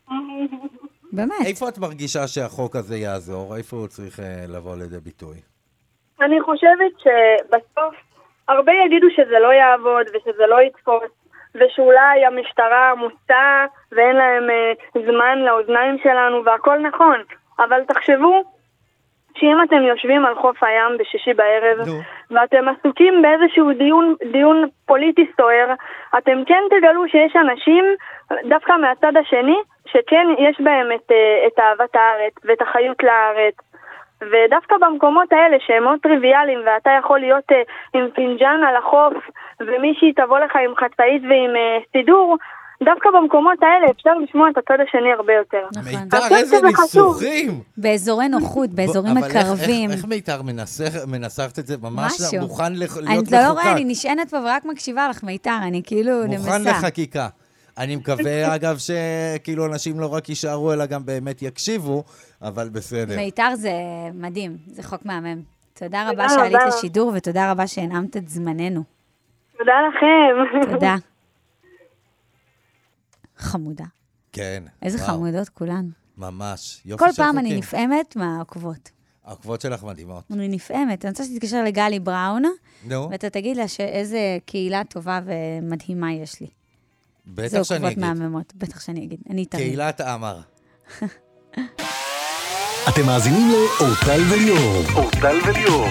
באמת. איפה את מרגישה שהחוק הזה יעזור? איפה הוא צריך לבוא לידי ביטוי? אני חושבת שבסוף הרבה יגידו שזה לא יעבוד ושזה לא יתפוס ושאולי המשטרה עמוסה ואין להם זמן לאוזניים שלנו והכל נכון, אבל תחשבו שאם אתם יושבים על חוף הים בשישי בערב ואתם עסוקים באיזשהו דיון פוליטי סוער, אתם כן תגלו שיש אנשים דווקא מהצד השני שכן יש בהם את אהבת הארץ ואת החיות לארץ, ודווקא במקומות האלה שהם מאוד טריוויאליים ואתה יכול להיות עם פינג'ן על החוף ומישהי תבוא לך עם חצאית ועם סידור, דווקא במקומות האלה אפשר לשמוע את הצד השני הרבה יותר. מיתר, איזה ניסוחים! באזורי נוחות, באזורים מקרבים. אבל איך מיתר מנסחת את זה? ממש מוכן להיות לחוקק. אני לא רואה, אני נשענת פה ורק מקשיבה לך, מיתר, אני כאילו נמסה. מוכן לחקיקה. אני מקווה, אגב, שכאילו אנשים לא רק יישארו, אלא גם באמת יקשיבו, אבל בסדר. מיתר זה מדהים, זה חוק מהמם. תודה רבה שעלית לשידור, ותודה רבה שהנעמת את זמננו. תודה לכם. תודה. חמודה. כן. איזה חמודות כולן. ממש. יופי כל של פעם אני חוקים. נפעמת מהעוקבות. העוקבות שלך מדהימות. אני נפעמת. אני רוצה שתתקשר לגלי בראון, נו, ואתה תגיד לה שאיזה קהילה טובה ומדהימה יש לי. בטח זה שאני עוקבות אגיד. מהממות. בטח שאני אגיד. אני אתארים. קהילת עמר. אתם מאזינים לאורטל וליאור. אורטל וליאור.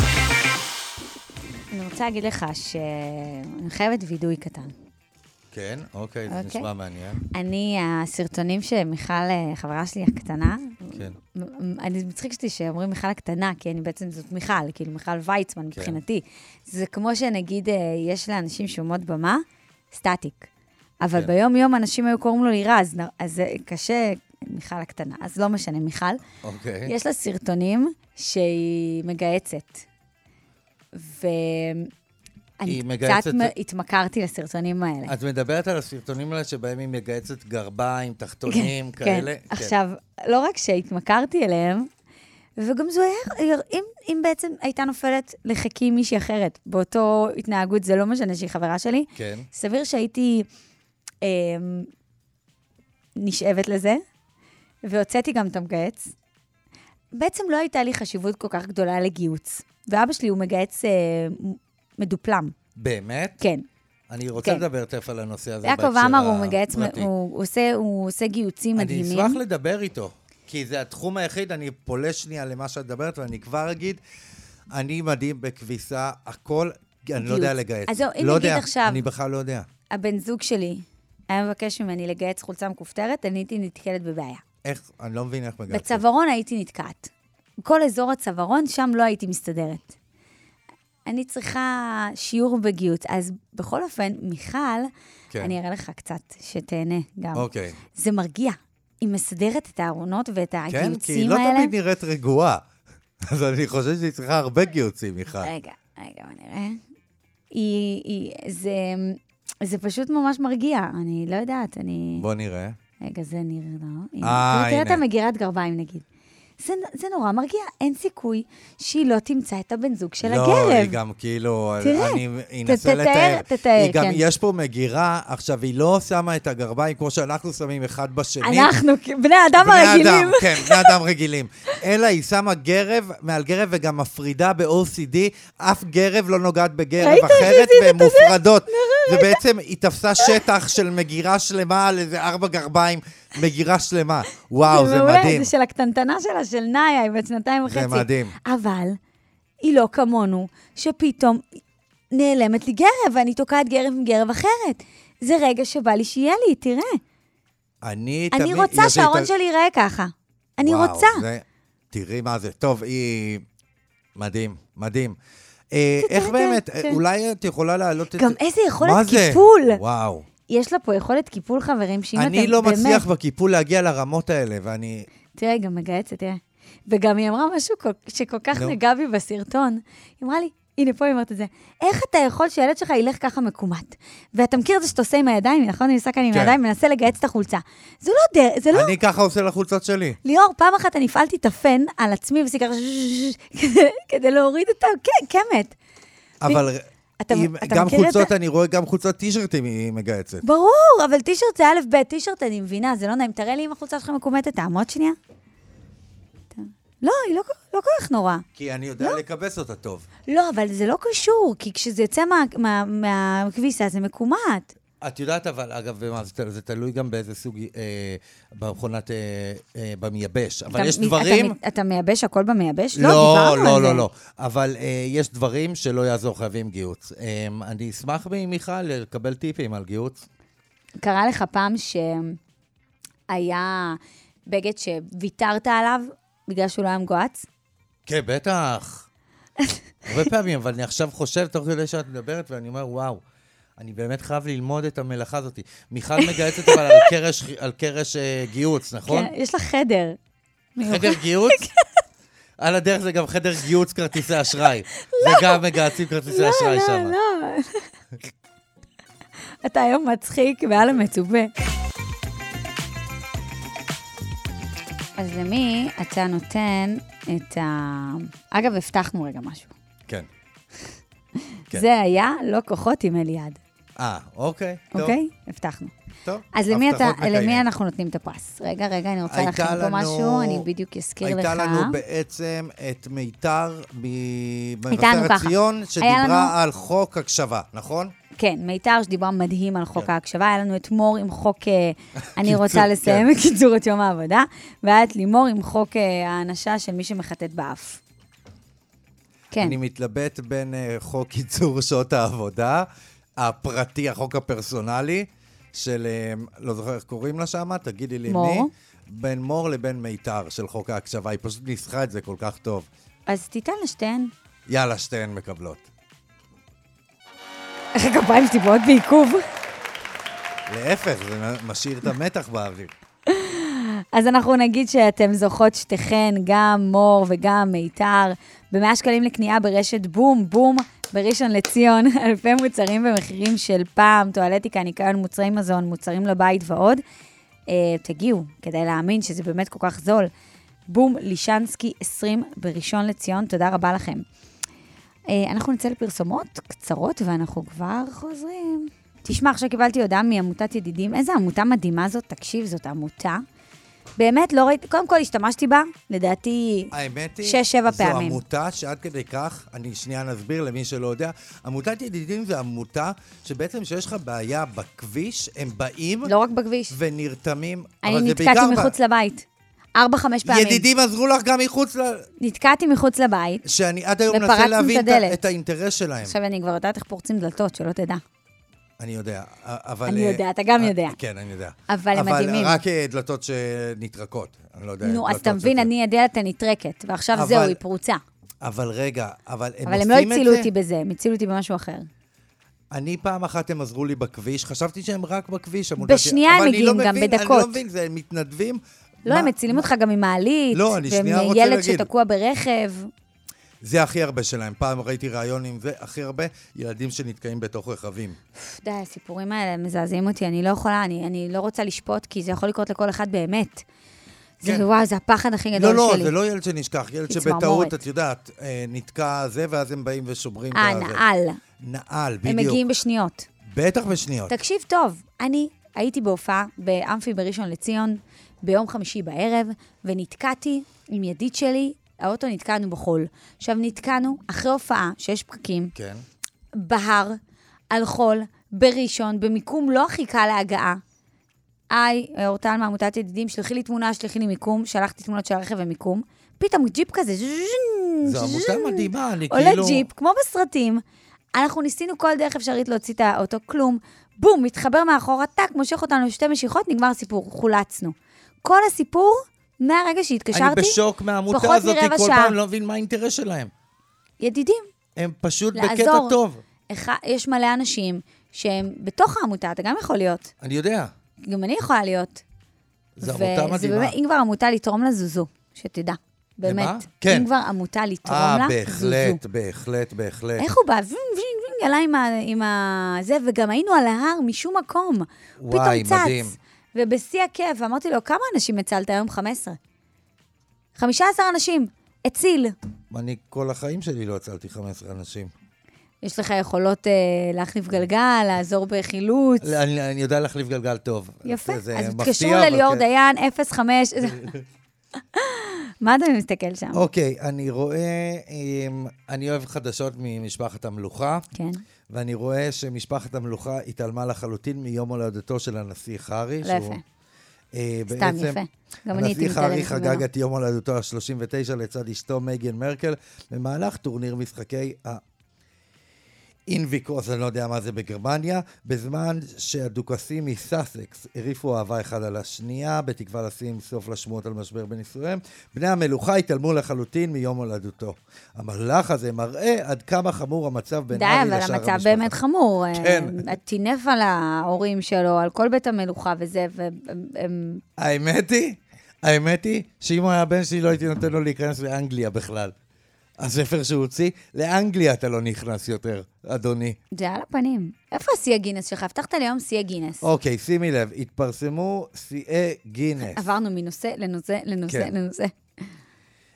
אני רוצה להגיד לך שאני חייבת וידוי קטן. כן, אוקיי, זה אוקיי. נשמע מעניין. אני, הסרטונים שמיכל, חברה שלי הקטנה, כן. אני מצחיק אותי שאומרים מיכל הקטנה, כי אני בעצם זאת מיכל, כאילו מיכל ויצמן מבחינתי. זה כמו שנגיד, יש לאנשים שאומות במה, סטטיק. אבל כן. ביום יום אנשים היו קוראים לו לירז, אז זה קשה, מיכל הקטנה, אז לא משנה, מיכל. אוקיי. יש לה סרטונים שהיא מגייצת. אני היא קצת מגייצת- התמכרתי לסרטונים האלה. את מדברת על הסרטונים האלה שבהם היא מגייצת גרביים, תחתונים, כאלה? כן. עכשיו, לא רק שהתמכרתי אליהם, וגם זו היה, אם בעצם הייתה נופלת לחכי מישהי אחרת, באותו התנהגות, זה לא משנה שהיא חברה שלי, כן. סביר שהייתי נשאבת לזה, והוצאתי גם את המגייץ. בעצם לא הייתה לי חשיבות כל כך גדולה לגיוץ. ואבא שלי הוא מגייץ מדופלם. באמת? כן. אני רוצה כן. לדבר תכף על הנושא הזה יעקב בהקשר עמר הוא מגייץ, הפרטי. הוא עושה גיוצים מדהימים. אני אשמח לדבר איתו, כי זה התחום היחיד, אני פולש שנייה למה שאת מדברת, ואני כבר אגיד, אני מדהים בכביסה, הכל, אני לא יודע לגייץ. אז זהו, אם לא נגיד יודע, עכשיו, אני בכלל לא יודע. הבן זוג שלי היה מבקש ממני לגייץ חולצה מכופתרת, אני הייתי נתקלת בבעיה. איך, אני לא מבין איך מגייצת. בצווארון הייתי נתקעת. כל אזור הצווארון, שם לא הייתי מסתדרת. אני צריכה שיעור בגיוץ. אז בכל אופן, מיכל, כן. אני אראה לך קצת, שתהנה גם. אוקיי. זה מרגיע. היא מסדרת את הארונות ואת כן, כי הגיוצים היא לא האלה. תמיד נראית רגועה. אז אני חושב שהיא צריכה הרבה גיוצים, מיכל. רגע, בוא נראה. זה פשוט ממש מרגיע. אני לא יודעת, בוא נראה. רגע, זה נראה, לא? הנה. תראה את המגירת גרביים, נגיד. זה נורא מרגיע, אין סיכוי שהיא לא תמצא את הבן זוג של הגרב. לא, היא גם כאילו, תראה, אני אנסה לתאר. תתאר, היא גם, כן. יש פה מגירה, עכשיו, היא לא שמה את הגרביים כמו שאנחנו שמים אחד בשני. אנחנו, בני האדם הרגילים. כן, בני אדם רגילים. אלא היא שמה גרב, מעל גרב וגם מפרידה ב-OCD, אף גרב לא נוגעת בגרב ראית איך אחרת, עשית והן את זה? מופרדות. ובעצם היא תפסה שטח של מגירה שלמה על איזה 4 גרביים, מגירה שלמה. וואו, זה מעולה, מדהים. זה של הקטנטנה שלה, של נאיה, היא בת 2.5. זה מדהים. אבל היא לא כמונו, שפתאום נעלמת לי גרב, ואני תוקעת גרב עם גרב אחרת. זה רגע שבא לי שיהיה לי, תראה. אני רוצה שהארון שלי ייראה ככה. אני רוצה. תראי מה זה. טוב, היא... מדהים, מדהים. איך באמת, אולי את יכולה להעלות את... גם איזה יכולת מה זה? קיפול. וואו. יש לה פה יכולת קיפול, חברים, שאם אתם אני לא מצליח בקיפול להגיע לרמות האלה, ואני... תראה, גם מגייצת, תראה. וגם היא אמרה משהו שכל כך נגע בי בסרטון. היא אמרה לי, הנה פה היא אומרת את זה, איך אתה יכול שהילד שלך ילך ככה מקומט? ואתה מכיר את זה שאתה עושה עם הידיים, נכון? אני עושה כאן עם הידיים, מנסה לגייץ את החולצה. זה לא דרך, זה לא... אני ככה עושה לחולצות שלי. ליאור, פעם אחת אני הפעלתי את הפן על עצמי, ועשיתי ככה כדי להוריד את הקמת. אבל אתה גם מכיר את חולצות, זה? אני רואה גם חולצות טישרטים היא מגייצת. ברור, אבל טישרט זה א' ב', טישרט אני מבינה, זה לא נעים. תראה לי אם החולצה שלך מקומטת, תעמוד שנייה. לא, היא לא כל כך נורא. כי אני יודע לקבס אותה טוב. לא, אבל זה לא קשור, כי כשזה יוצא מהכביסה זה מקומט. את יודעת, אבל אגב, זה תלוי גם באיזה סוג, במכונת, במייבש. אבל יש דברים... אתה מייבש הכל במייבש? לא, דיברנו על זה. לא. אבל יש דברים שלא יעזור, חייבים גיוץ. אני אשמח ממיכל לקבל טיפים על גיוץ. קרה לך פעם שהיה בגד שוויתרת עליו בגלל שהוא לא היה מגועץ? כן, בטח. הרבה פעמים, אבל אני עכשיו חושב, תוך כדי שאת מדברת, ואני אומר, וואו, אני באמת חייב ללמוד את המלאכה הזאת. מיכל מגייצת אבל על קרש גיוץ, נכון? כן, יש לך חדר. חדר גיוץ? על הדרך זה גם חדר גיוץ כרטיסי אשראי. זה גם מגייצים כרטיסי אשראי שם. לא. אתה היום מצחיק ועל המצופה. אז למי אתה נותן את אגב, הבטחנו רגע משהו. כן. כן. זה היה לא כוחות עם אליעד. אוקיי. טוב. אוקיי? הבטחנו. טוב. אז הבטחות למי מקיימים. אנחנו נותנים את הפרס? רגע, אני רוצה הייתה להכין פה לנו- משהו, אני בדיוק אזכיר לך. הייתה לנו בעצם את מיתר הייתה לנו ממבשרת ככה. ציון, היה שדיברה לנו- על חוק הקשבה, נכון? כן, מיתר שדיברה מדהים על חוק כן. ההקשבה, היה לנו את מור עם חוק, אני רוצה קיצור, לסיים כן. את קיצור את יום העבודה, והיה את לימור עם חוק האנשה של מי שמחטט באף. כן, אני מתלבט בין חוק קיצור שעות העבודה, הפרטי, החוק הפרסונלי, של, לא זוכר איך קוראים לה שמה, תגידי לי מור. מי, בין מור לבין מיתר של חוק ההקשבה, היא פשוט ניסחה את זה כל כך טוב. אז תיתן לשתיהן. יאללה, שתיהן מקבלות. איך הכפיים שלי מאוד בעיכוב. להפך, זה משאיר את המתח באוויר. אז אנחנו נגיד שאתם זוכות שתיכן, גם מור וגם מיתר, ב100 שקלים לקנייה ברשת בום, בום, בראשון לציון, אלפי מוצרים במחירים של פעם, טואלטיקה, ניקיון, מוצרי מזון, מוצרים לבית ועוד. תגיעו, כדי להאמין שזה באמת כל כך זול. בום, לישנסקי 20 בראשון לציון, תודה רבה לכם. אנחנו נצא לפרסומות קצרות ואנחנו כבר חוזרים. תשמע, עכשיו קיבלתי הודעה מעמותת ידידים, איזה עמותה מדהימה זאת, תקשיב, זאת עמותה. באמת לא ראיתי, קודם כל השתמשתי בה, לדעתי האמת היא, 6-7 זו פעמים. עמותה שעד כדי כך, אני שנייה נסביר למי שלא יודע, עמותת ידידים זו עמותה שבעצם שיש לך בעיה בכביש, הם באים לא רק בכביש. ונרתמים, אני אבל זה נתקעתי בעיקר... מחוץ לבית. 4-5 פעמים. ידידים עזרו לך גם מחוץ נתקעתי מחוץ לבית. שאני עד היום ופרצנו מנסה את להבין הדלת. את האינטרס שלהם. עכשיו אני כבר יודעת איך פורצים דלתות, שלא תדע. אני יודע, אבל... אני יודע, אתה גם יודע. כן, אני יודע. אבל הם מדהימים. אבל רק דלתות שנטרקות. אני לא יודע. נו, אז דלתות אתה מבין, שזה. אני הדלת הנטרקת, ועכשיו אבל- זהו, היא פרוצה. אבל רגע, אבל הם אבל הם עושים לא את זה? הצילו אותי בזה, הם הצילו אותי במשהו אחר. אני פעם אחת הם עזרו לי בכביש, חשבתי שהם רק בכביש. בשנייה הם אבל אני לא מגיעים גם, מבין, בדקות. אני לא מבין, זה הם מתנדבים. לא, הם מצילים אותך גם עם מעלית, לא, אני שנייה רוצה ומילד להגיד. שתקוע ברכב. זה הכי הרבה שלהם. פעם ראיתי רעיון עם זה, הכי הרבה ילדים שנתקעים בתוך רכבים. די, הסיפורים האלה מזעזעים אותי, אני לא יכולה, אני לא רוצה לשפוט, כי זה יכול לקרות לכל אחד באמת. כן. זה, וואו, זה הפחד הכי גדול לא, שלי. זה לא ילד שנשכח, ילד צמרמורת. שבטעות, את יודעת, נתקע זה, ואז הם באים ושומרים את זה. נעל. נעל, הם בדיוק. מגיעים בשניות. בטח בשניות. תקשיב טוב, אני הייתי בהופעה באמפי בראשון לציון, ביום חמישי בערב, ונתקעתי עם ידיד שלי, האוטו נתקענו בחול. עכשיו נתקענו אחרי הופעה, שיש פקקים, כן. בהר, על חול, בראשון, במיקום לא הכי קל להגעה. אורטל מעמותת ידידים, שלחי לי תמונה, שלחי לי מיקום, שלחתי תמונות של הרכב ומיקום, פתאום ג'יפ כזה, זו עמותה מדהימה, אני עולה כאילו... ג'יפ, כמו בסרטים. אנחנו ניסינו כל דרך אפשרית להוציא את האוטו, כלום. בום, מתחבר מאחורה, טק, מושך אותנו לשתי משיכות, נגמר הסיפור, חולצנו. כל הסיפור, מהרגע שהתקשרתי, אני בשוק מהעמותה פחות הזאת, מרבע כל שעה. פעם לא מבין מה האינטרס שלהם. ידידים, הם פשוט בקטע לעזור. טוב. יש מלא אנשים שהם בתוך העמותה, אתה גם יכול להיות. אני יודע. גם אני יכולה להיות. זו עמותה וזה מדהימה. באמת, אם כבר עמותה לתרום לה, זו. שתדע. באמת. למה? כן. אם כבר עמותה לתרום לה, בהחלט, בהחלט, בהחלט. איך הוא בא? וינג, וינג, וינג, עלה עם זה, וגם היינו על ההר משום מקום. וואי, פתאום מדהים. צץ. ובשיא הכיף, אמרתי לו, כמה אנשים הצלת היום? 15. 15 אנשים. הציל. אני כל החיים שלי לא הצלתי 15 אנשים. יש לך יכולות להחליף גלגל, לעזור בחילוץ. אני יודע להחליף גלגל טוב. יפה. זה אז מפתיע, תתקשרו אבל לליאור כן. דיין, 05. מה אתה מסתכל שם? אוקיי, אני רואה, אני אוהב חדשות ממשפחת המלוכה, כן. ואני רואה שמשפחת המלוכה התעלמה לחלוטין מיום הולדתו של הנשיא חרי. לא יפה. סתם יפה. גם אני הייתי הנשיא חרי מתעלמת חגג ממנו. את יום הולדתו ה-39 לצד אשתו מייגן מרקל, במהלך טורניר משחקי אינביקרוס, אני לא יודע מה זה בגרמניה, בזמן שהדוכסים מסאסקס הריפו אהבה אחד על השנייה, בתקווה לשים סוף לשמועות על משבר בנישואיהם, בני המלוכה התעלמו לחלוטין מיום הולדתו. המהלך הזה מראה עד כמה חמור המצב בין די, ארי אבל לשאר המשפחה. המצב באמת חמור. כן. טינף על ההורים שלו, על כל בית המלוכה וזה, והם... האמת היא שאם הוא היה בן שלי לא הייתי נותן לו להיכנס לאנגליה בכלל. הספר שהוא הוציא, לאנגליה אתה לא נכנס יותר, אדוני. זה על הפנים. איפה השיא הגינס שלך? הבטחת לי היום שיא הגינס. אוקיי, שימי לב, התפרסמו שיאי גינס. עברנו מנושא לנושא לנושא כן. לנושא.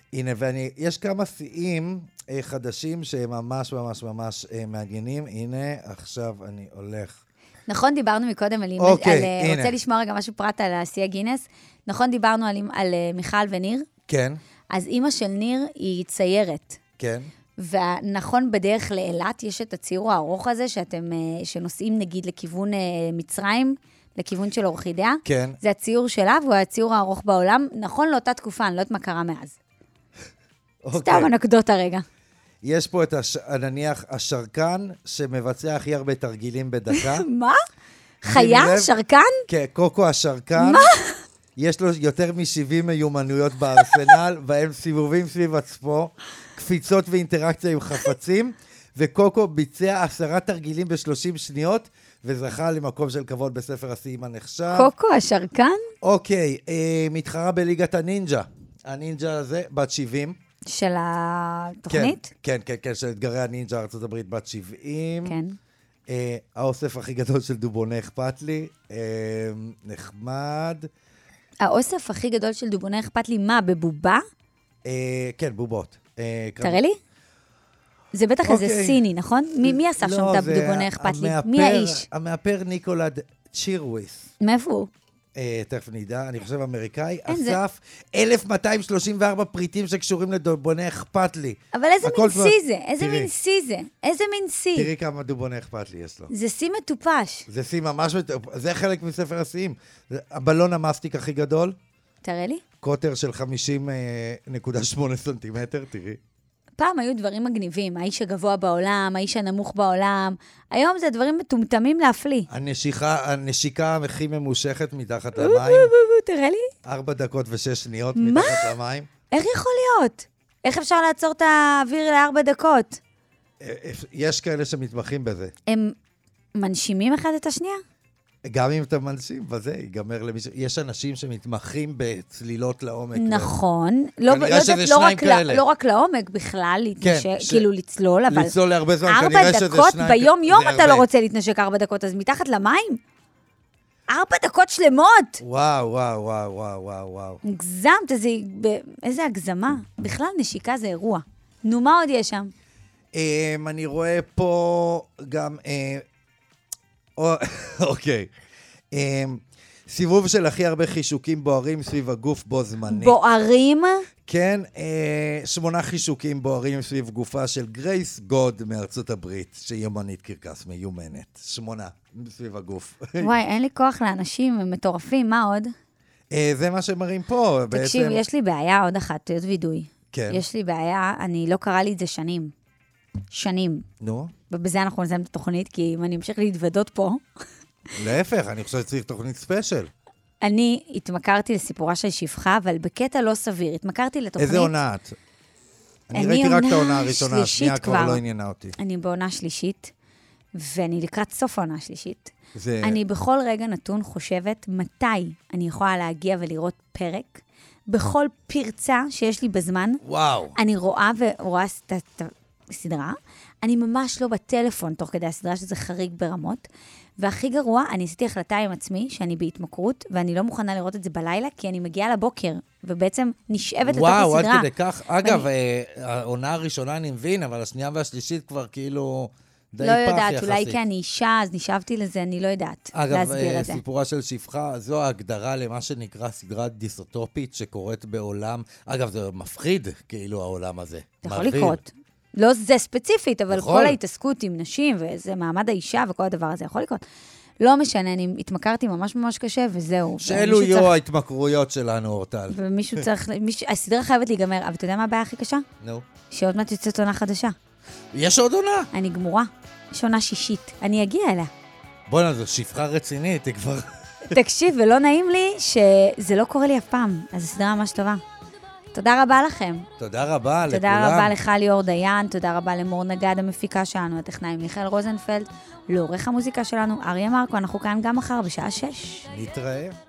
הנה, יש כמה שיאים חדשים שהם ממש ממש ממש מעניינים. הנה, עכשיו אני הולך. נכון, דיברנו מקודם על... אוקיי, הנה. רוצה לשמוע רגע משהו פרט על השיאי גינס. נכון, דיברנו על מיכל וניר. כן. אז אימא של ניר היא ציירת. כן. ונכון, בדרך לאילת יש את הציור הארוך הזה, שנוסעים נגיד לכיוון מצרים, לכיוון של אורחידאה. כן. זה הציור שלה, והוא הציור הארוך בעולם. נכון לאותה תקופה, אני לא יודעת מה קרה מאז. סתם אנקדוטה רגע. יש פה את, נניח, השרקן שמבצע הכי הרבה תרגילים בדקה. מה? חיה? שרקן? כן, קוקו השרקן. מה? יש לו יותר מ-70 מיומנויות בארסנל, בהם סיבובים סביב עצמו, קפיצות ואינטראקציה עם חפצים, וקוקו ביצע 10 תרגילים ב-30 שניות, וזכה למקום של כבוד בספר השיאים הנחשב. קוקו השרקן? אוקיי, מתחרה בליגת הנינג'ה. הנינג'ה הזה, בת 70. של התוכנית? כן, של אתגרי הנינג'ה ארצות הברית, בת 70. כן. האוסף הכי גדול של דובונה אכפת לי. נחמד. האוסף הכי גדול של דובונה אכפת לי, מה, בבובה? כן, בובות. תראה לי. זה בטח איזה סיני, נכון? מי אסף שם את הדובונה אכפת לי? מי האיש? המאפר ניקולד צ'ירוויס. מאיפה הוא? תכף נדע, אני חושב אמריקאי, אסף 1234 פריטים שקשורים לדובונה אכפת לי. אבל איזה מין סי זה? איזה מין סי זה? איזה מין סי? תראי כמה דובונה אכפת לי יש לו. זה סי מטופש. זה סי ממש מטופש, זה חלק מספר השיאים. הבלון המסטיק הכי גדול. תראה לי. קוטר של 50.8 סנטימטר, תראי. פעם היו דברים מגניבים, האיש הגבוה בעולם, האיש הנמוך בעולם. היום זה דברים מטומטמים להפליא. הנשיקה הכי ממושכת מתחת למים. תראה לי. 4 דקות ו6 שניות מתחת למים. איך יכול להיות? איך אפשר לעצור את האוויר ל4 דקות? יש כאלה שמתמחים בזה. הם מנשימים אחד את השנייה? גם אם אתה מנשים, בזה ייגמר למישהו. יש אנשים שמתמחים בצלילות לעומק. נכון. לא רק לעומק בכלל, כאילו לצלול, אבל... לצלול להרבה זמן, 4 דקות ביום אתה לא רוצה להתנשק 4 דקות, אז מתחת למים? 4 דקות שלמות! וואו. הגזמת, איזה הגזמה. בכלל נשיקה זה אירוע. נו, מה עוד יש שם? אני רואה פה גם... אוקיי. סיבוב של הכי הרבה חישוקים בוערים סביב הגוף בו זמני. בוערים? כן, 8 חישוקים בוערים סביב גופה של גרייס גוד מארצות הברית, שהיא יומנית קרקס מיומנת. 8 סביב הגוף. וואי, אין לי כוח לאנשים, הם מטורפים, מה עוד? זה מה שמראים פה. תקשיב, יש לי בעיה עוד אחת, תהיה וידוי. כן. יש לי בעיה, אני לא קרא לי את זה שנים. נו? ובזה אנחנו נסיים את התוכנית, כי אם אני אמשיך להתוודות פה... להפך, אני חושב שצריך תוכנית ספיישל. אני התמכרתי לסיפורה של שפחה, אבל בקטע לא סביר. התמכרתי לתוכנית... איזה עונה את? אני ראיתי רק את העונה הראשונה, השנייה כבר לא עניינה אותי. אני בעונה שלישית, ואני לקראת סוף העונה השלישית. אני בכל רגע נתון חושבת מתי אני יכולה להגיע ולראות פרק, בכל פרצה שיש לי בזמן. וואו. אני רואה את הסדרה, אני ממש לא בטלפון תוך כדי הסדרה, שזה חריג ברמות, והכי גרוע, אני עשיתי החלטה עם עצמי, שאני בהתמכרות, ואני לא מוכנה לראות את זה בלילה, כי אני מגיעה לבוקר, ובעצם נשאבת לתוך הסדרה. וואו, עד כדי כך. אגב, העונה הראשונה אני מבין, אבל השנייה והשלישית כבר כאילו די פח יחסית. לא יודעת, אולי כי אני אישה, אז נשאבתי לזה, אני לא יודעת להסביר את זה. אגב, סיפורה של שפחה, זו ההגדרה למה שנקרא סדרה דיסטופית, שקורית בעולם, אגב, זה מפחיד, כאילו, העולם הזה. זה יכול לקרות. לא זה ספציפית, אבל כל ההתעסקות עם נשים, וזה מעמד האישה וכל הדבר הזה יכול לקרות. לא משנה, אני התמכרתי ממש ממש קשה, וזהו. שאלו יהיו ההתמכרויות שלנו, אורטל. ומישהו צריך, הסדרה חייבת להיגמר, אבל אתה יודע מה הבעיה הכי קשה? נו. שעוד מעט יוצאת עונה חדשה. יש עוד עונה? אני גמורה. יש עונה שישית. אני אגיע אליה. בוא'נה, זו שפחה רצינית, היא כבר... תקשיב, ולא נעים לי שזה לא קורה לי אף פעם. אז הסדרה ממש טובה. תודה רבה לכם. תודה רבה לכולם. תודה רבה לך ליאור דיין, תודה רבה למור נגד המפיקה שלנו, הטכנאי מיכאל רוזנפלד, לעורך המוזיקה שלנו אריה מרקו, אנחנו כאן גם מחר בשעה 6. נתראה.